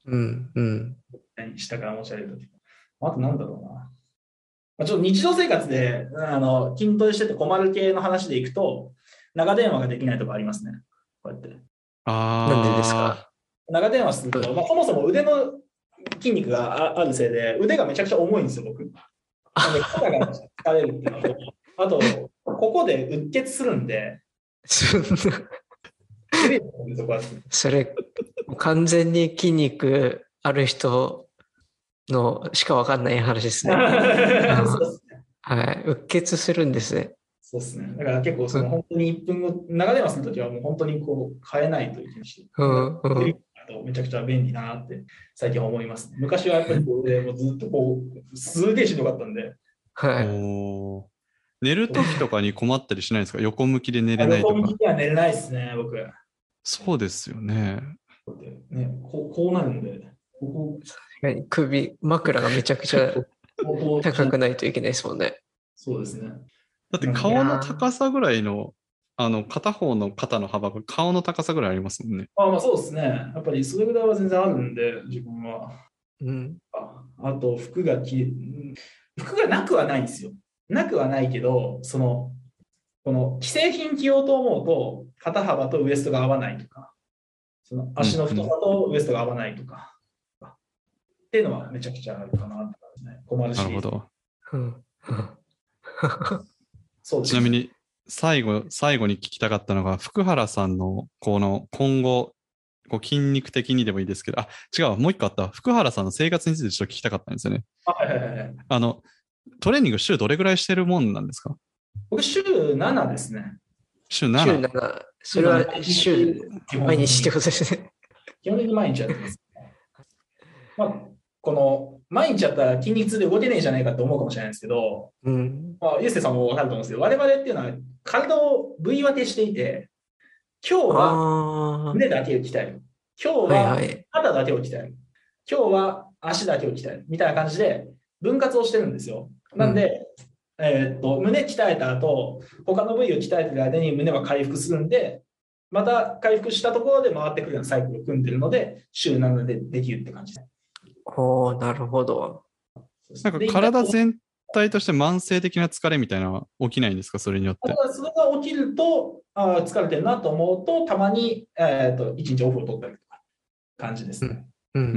下から持ち上げるとき。あとなんだろうな。ちょっと日常生活で筋トレしてて困る系の話でいくと、長電話ができないとかありますね。こうやって。 なんでですか？ 長電話すると、そもそも腕の筋肉があるせいで、腕がめちゃくちゃ重いんですよ、僕。なので肩が疲れるっていうのと、あと、ここでうっ血するんで、 それ、完全に筋肉ある人のしか分かんない話ですね。はい、うっ血するんですね。 そうですね。だから結構本当に1分後、長電話するときはもう本当にこう変えないといけないし、めちゃくちゃ便利だなって最近は思います、ね。昔はやっぱりこれもずっとこう、すげえしんどかったんで。 はい。 寝るときとかに困ったりしないですか？横向きで寝れないとか。 横向きでは寝れないですね、僕。 そうですよね。 こうなるんで。 枕がめちゃくちゃ高くないといけないですもんね。 そうですね。 だって顔の高さぐらいの、片方の肩の幅が顔の高さぐらいありますもんね。 まあそうですね。やっぱりそれぐらいは全然あるんで、自分は。あと服がなくはないんですよ。なくはないけど、この既製品着ようと思うと、肩幅とウエストが合わないとか、その足の太さとウエストが合わないとか、っていうのはめちゃくちゃあるかなって感じですね。困るし。 なるほど。 そうです。 ちなみに最後に聞きたかったのが、福原さんのこの今後、筋肉的にでもいいですけど、違う、もう一個あった。福原さんの生活についてちょっと聞きたかったんですよね。トレーニング週どれぐらいしてるもんなんですか？ 僕、週7ですね。 週週 7。 7。それは週、毎日ってことですね。 基本的に毎日やってます。まあ、この、毎日やったら筋肉痛で動けねえじゃないかと思うかもしれないですけど、 うん。 ゆうせいさんも分かると思うんですけど、我々っていうのは体を部位分けしていて、今日は胸だけを鍛える。今日は肩だけを鍛える。今日は足だけを鍛える。みたいな感じで分割をしてるんですよ。なんで、胸鍛えた後、他の部位を鍛えてる間に胸は回復するんで、また回復したところで回ってくるようなサイクルを組んでるので、週7でできるって感じです。 おー、なるほど。 なんか体全体として慢性的な疲れみたいなのは起きないんですか、それによって。 それが起きると、疲れてるなと思うと、たまに、1日オフを取ったりとか、感じですね。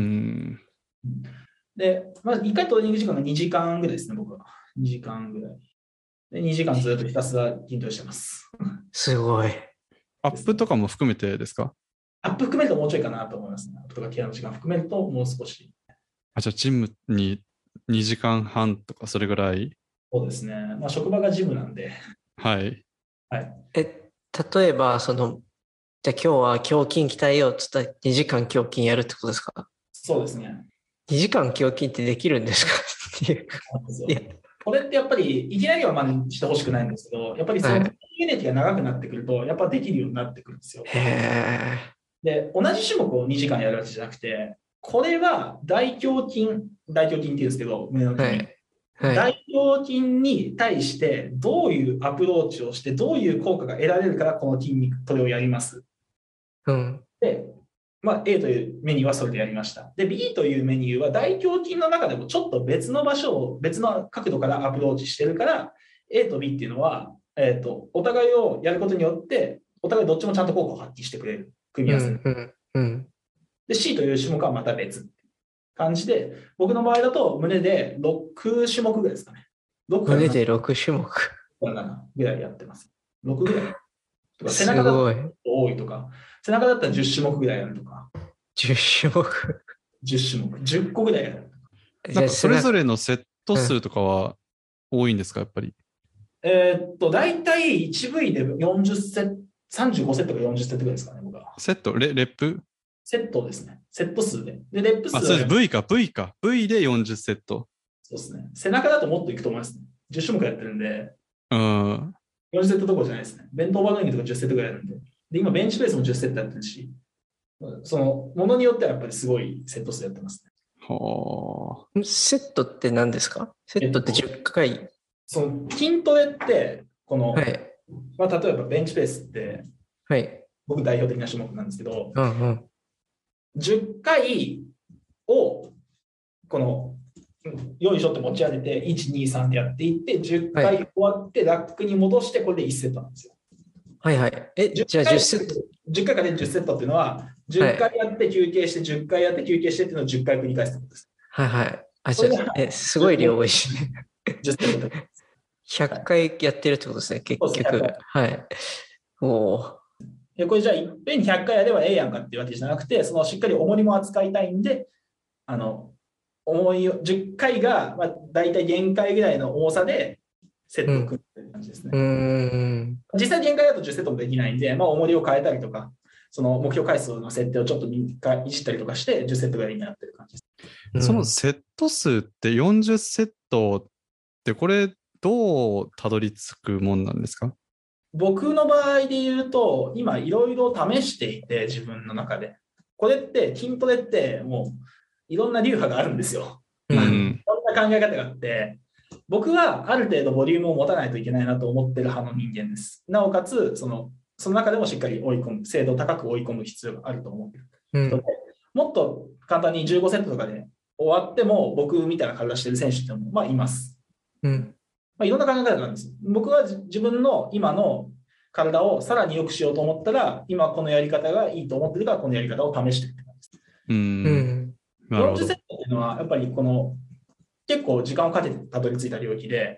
で、まず1回トレーニング時間が2時間ぐらいですね、僕は。2時間ぐらい。で、2時間ずっとひたすら筋トレしてます。 すごい。 アップとかも含めてですか？ アップ含めるともうちょいかなと思いますね。アップとかケアの時間含めるともう少し。 じゃあジムに2時間半とかそれぐらい？ そうですね。まあ職場がジムなんで。 はい。 はい。 例えば、じゃあ今日は胸筋鍛えようって言ったら2時間胸筋やるってことですか？ そうですね。 2時間胸筋ってできるんですかっていう。 これってやっぱりいきなりは真似してほしくないんですけど、やっぱりその経歴が長くなってくると、やっぱできるようになってくるんですよ。で、同じ種目を2時間やるわけじゃなくて、これは大胸筋って言うんですけど、胸の筋。大胸筋に対してどういうアプローチをしてどういう効果が得られるからこの筋肉トレをやります。で、まあ、A というメニューはそれでやりました。で、B というメニューは大胸筋の中でもちょっと別の場所を別の角度からアプローチしてるから A と B っていうのは、お互いをやることによってお互いどっちもちゃんと効果を発揮してくれる組み合わせ。で、C という種目はまた別感じで、僕の場合だと胸で6種目ぐらいですかね。 胸で6種目ぐらいやってます。6ぐらい。とか背中だと多いとか、背中だったら10種目ぐらいやるとか。 10種目 ?10 種目。10個ぐらいやる。 なんかそれぞれのセット数とかは多いんですか、やっぱり。 大体1部位で40セット、35セットか40セットぐらいですかね、僕は。 セットレップセットですね。セット数で。で、レップ数は。 そうです。V か。V で40セット。 そうですね。背中だともっといくと思いますね。10種目やってるんで。40セットどころじゃないですね。ベントオーバードイングとか10セットぐらいやるんで。で、今、ベンチプレスも10セットやってるし、その、ものによってはやっぱりすごいセット数やってますね。 はあ。セットって何ですか？セットって10回。 その、筋トレって、この、まあ、例えばベンチプレスって、僕代表的な種目なんですけど、10回を、この、よいしょって持ち上げて、1、2、3ってやっていって、10回終わってラックに戻して、これで1セットなんですよ。 じゃあ10セット。 10回から10セットっていうのは、10回やって休憩して、10回やって休憩してっていうのを10回繰り返すってことです。 すごい量多いし。 10セットで。 100回やってるってことですね、結局。 これじゃあ、いっぺんに100回やればええやんかっていうわけじゃなくて、そのしっかり重りも扱いたいんで、重い10回が、まあ、大体限界ぐらいの重さでセットを組むという感じですね。実際限界だと10セットもできないんで、まあ、重りを変えたりとか、その目標回数の設定をちょっといじったりとかして、10セットぐらいになってる感じです。 そのセット数って40セットってこれどうたどり着くもんなんですか？ 僕の場合で言うと、今いろいろ試していて、自分の中で。これって筋トレってもういろんな流派があるんですよ。いろんな考え方があって、僕はある程度ボリュームを持たないといけないなと思ってる派の人間です。なおかつ、その中でもしっかり追い込む、精度高く追い込む必要があると思ってる人で、もっと簡単に15セットとかで終わっても、僕みたいな体してる選手ってもまあいます。まあ、いろんな考え方があるんです。僕は自分の今の体をさらに良くしようと思ったら、今このやり方がいいと思ってるから、このやり方を試していくって感じです。40セットっていうのは、やっぱりこの結構時間をかけてたどり着いた領域で、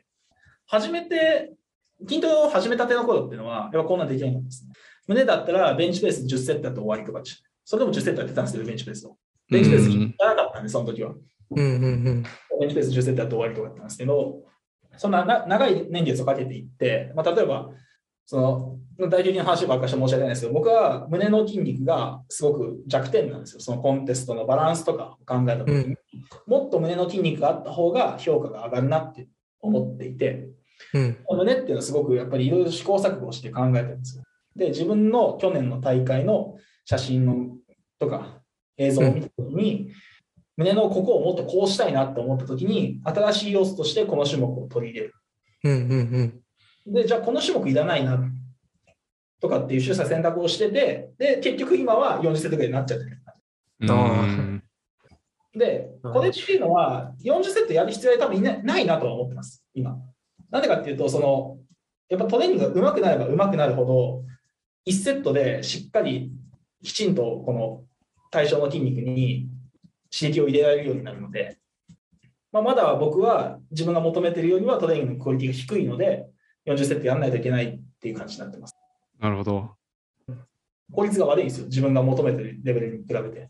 筋トレを始めたての頃っていうのは、やっぱこんなできないんですね。胸だったらベンチプレス10セットだと終わりとかでした。それでも10セットやってたんですけど、ベンチプレスを。ベンチプレスやらなかったんで、その時は。ベンチプレス10セットだと終わりとかだったんですけど、 そんな長い年月をかけていって、例えば、その代表的な話ばっかりして申し訳ないんですけど、僕は胸の筋肉がすごく弱点なんですよ。そのコンテストのバランスとかを考えたときに、もっと胸の筋肉があった方が評価が上がるなって思っていて、胸っていうのはすごくやっぱりいろいろ試行錯誤して考えてるんですよ。で、自分の去年の大会の写真のとか映像を見たときに、胸のここをもっとこうしたいなと思ったときに、新しい要素としてこの種目を取り入れる。で、じゃあこの種目いらないなとかっていう取捨選択をしてて、で、結局今は40セットぐらいになっちゃってる。で、これっていうのは40セットやる必要は多分ないなとは思ってます、今。なんでかっていうと、やっぱトレーニングが上手くなれば上手くなるほど、1セットでしっかりきちんとこの対象の筋肉に刺激を入れられるようになるので、まだ僕は自分が求めているよりはトレーニングのクオリティが低いので、40セットやらないといけないっていう感じになってます。 なるほど。 効率が悪いんですよ。自分が求めてるレベルに比べて。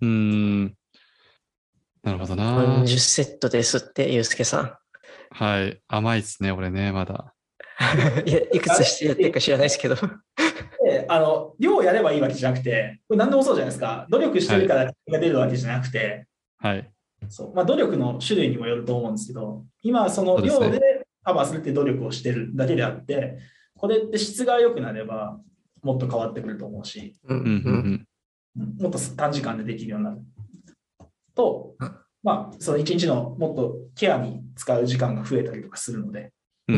なるほどな。 40セットですって、ゆうすけさん。 はい。甘いですね、俺ね、まだ。 いや、いくつしてやってるか知らないですけど。 量をやればいいわけじゃなくて、これ何でもそうじゃないですか。努力してるから結果が出るわけじゃなくて、 はい。 努力の種類にもよると思うんですけど、今その量でカバーするっていう努力をしてるだけであって、これって質が良くなればもっと変わってくると思うし、もっと短時間でできるようになると、その一日のもっとケアに使う時間が増えたりとかするので、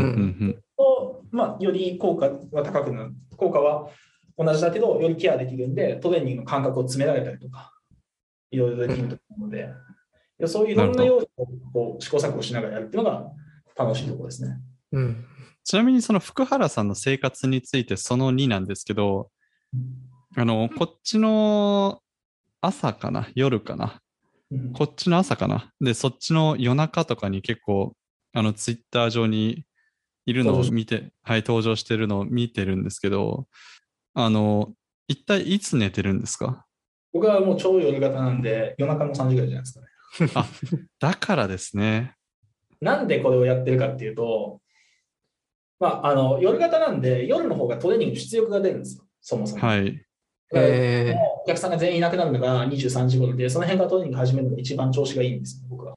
より効果は高くなる。効果は同じだけど、よりケアできるんで、トレーニングの間隔を詰められたりとか、いろいろできると思うので、そういういろんな要素を試行錯誤しながらやるっていうのが楽しいところですね。 ちなみにその福原さんの生活についてその2なんですけど、こっちの朝かな夜かな、こっちの朝かなで、そっちの夜中とかに結構ツイッター上にいるのを見て、登場してるのを見てるんですけど、一体いつ寝てるんですか？ 僕はもう超夜型なんで、夜中の3時ぐらいじゃないですかね。 だからですね。 なんでこれをやってるかっていうと、夜型なんで、夜の方がトレーニングの出力が出るんですよ、そもそも。 はい。 お客さんが全員いなくなるのが23時頃で、その辺からトレーニング始めるのが一番調子がいいんですよ、僕は。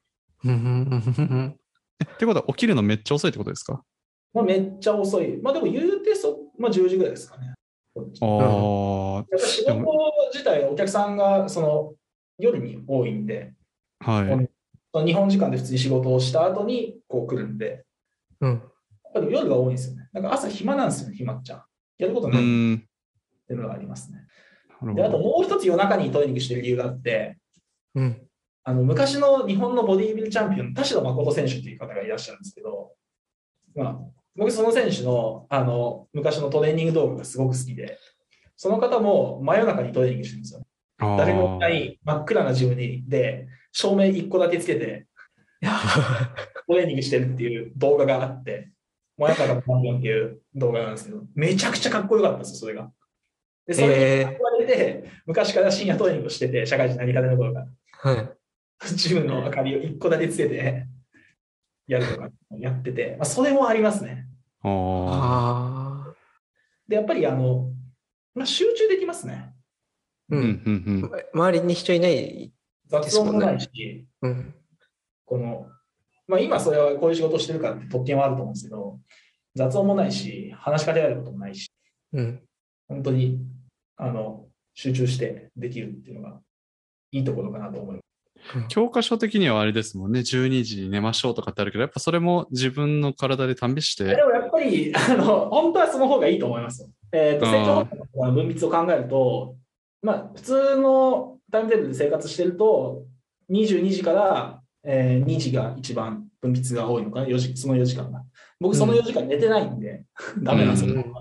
ってことは起きるのめっちゃ遅いってことですか？ めっちゃ遅い。でも言うて10時ぐらいですかね。やっぱ仕事自体、お客さんが夜に多いんで、日本時間で普通に仕事をした後に来るんで、やっぱり夜が多いんですよね。朝暇なんですよね、暇っちゃ。やることないっていうのがありますね。で、あともう一つ夜中にトレーニングしてる理由があって、昔の日本のボディービルチャンピオン、田代誠選手という方がいらっしゃるんですけど、僕その選手の、昔のトレーニング動画がすごく好きで、その方も真夜中にトレーニングしてるんですよ。誰もいない真っ暗なジムで照明1個だけつけてトレーニングしてるっていう動画があって、真夜中のチャンピオンっていう動画なんですけど、めちゃくちゃかっこよかったんですよ、それが。で、それに言われて、昔から深夜トレーニングをしてて、社会人何かでの頃から。ジムの明かりを1個だけつけてやるとかやってて、それもありますね。で、やっぱり集中できますね。 周りに人いない雑音もないし、今それはこういう仕事をしてるからって特権はあると思うんですけど、雑音もないし、話しかけられることもないし、本当に集中してできるっていうのがいいところかなと思います。 教科書的にはあれですもんね、12時に寝ましょうとかってあるけど、やっぱそれも自分の体で試して。 でもやっぱり本当はその方がいいと思いますよ。成長ホルモンの分泌を考えると、普通のタイムテーブルで生活してると、22時から2時が一番分泌が多いのかな、その4時間が。僕その4時間寝てないんで、ダメなんですよ。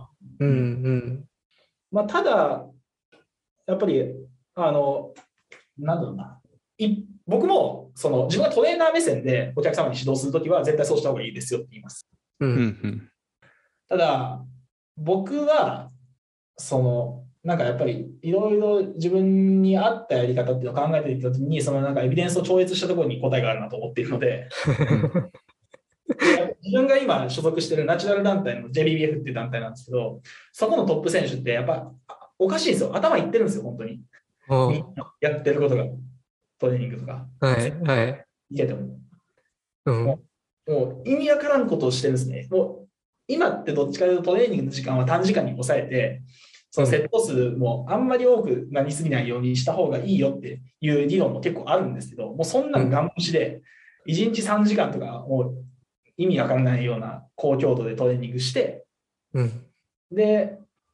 ただ、やっぱり、なんだろうな。僕も自分がトレーナー目線でお客様に指導するときは絶対そうした方がいいですよって言います。ただ、僕は、やっぱりいろいろ自分に合ったやり方っていうのを考えていったときに、エビデンスを超越したところに答えがあるなと思っているので、自自分が今所属しているナチュラル団体の JBBF っていう団体なんですけど、そこのトップ選手ってやっぱおかしいんですよ。頭いってるんですよ、本当に。みんなやってることが、トレーニングとか。 はいはい。 見てても。 うんもう意味わからんことをしてるんですね。もう今ってどっちかというとトレーニングの時間は短時間に抑えて、そのセット数もあんまり多くなりすぎないようにした方がいいよっていう理論も結構あるんですけど、もうそんなんガン無視で、1日3時間とかもう意味わからないような高強度でトレーニングして、で、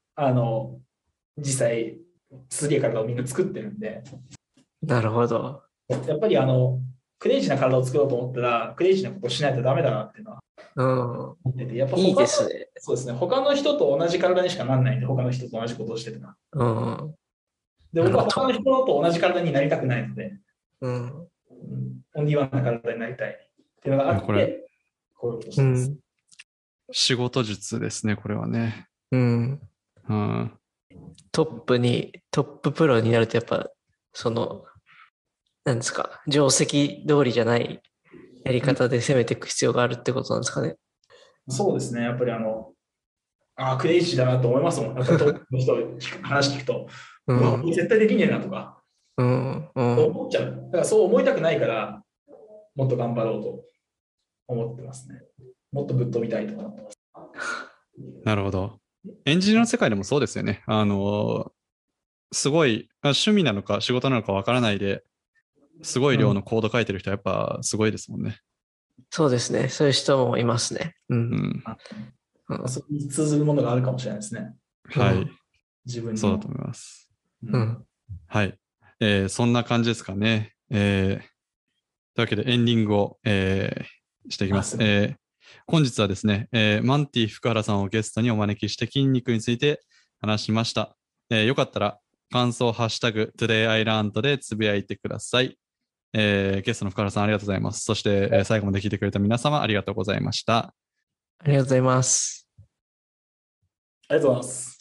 実際すげえ体をみんな作ってるんで。 なるほど。 やっぱりクレイジーな体を作ろうと思ったら、クレイジーなことをしないとダメだなっていうのは思ってて、やっぱいいですね。 そうですね。他の人と同じ体にしかならないんで、他の人と同じことをしてたら。で、僕は他の人と同じ体になりたくないので、オンリーワンな体になりたいっていうのがあって、こういうことしてます。 仕事術ですね、これはね。 トッププロになるとやっぱ、なんですか、定石通りじゃないやり方で攻めていく必要があるってことなんですかね。 そうですね。やっぱりクレイジーだなと思いますもん。やっぱりトップの人話聞くと、絶対できねえなとか、思っちゃう。だからそう思いたくないから、もっと頑張ろうと思ってますね。もっとぶっ飛びたいと思ってます。 なるほど。エンジニアの世界でもそうですよね。すごい趣味なのか仕事なのかわからないで、すごい量のコード書いてる人はやっぱすごいですもんね。 そうですね。そういう人もいますね。 そこに通ずるものがあるかもしれないですね。 はい。 自分にそうだと思います。はい。そんな感じですかね。というわけでエンディングを、していきます。本日はですね、マンティ福原さんをゲストにお招きして筋肉について話しました。よかったら感想ハッシュタグ TodayILearned でつぶやいてください。ゲストの福原さんありがとうございます。そして、最後まで聞いてくれた皆様ありがとうございました。 ありがとうございます。 ありがとうございます。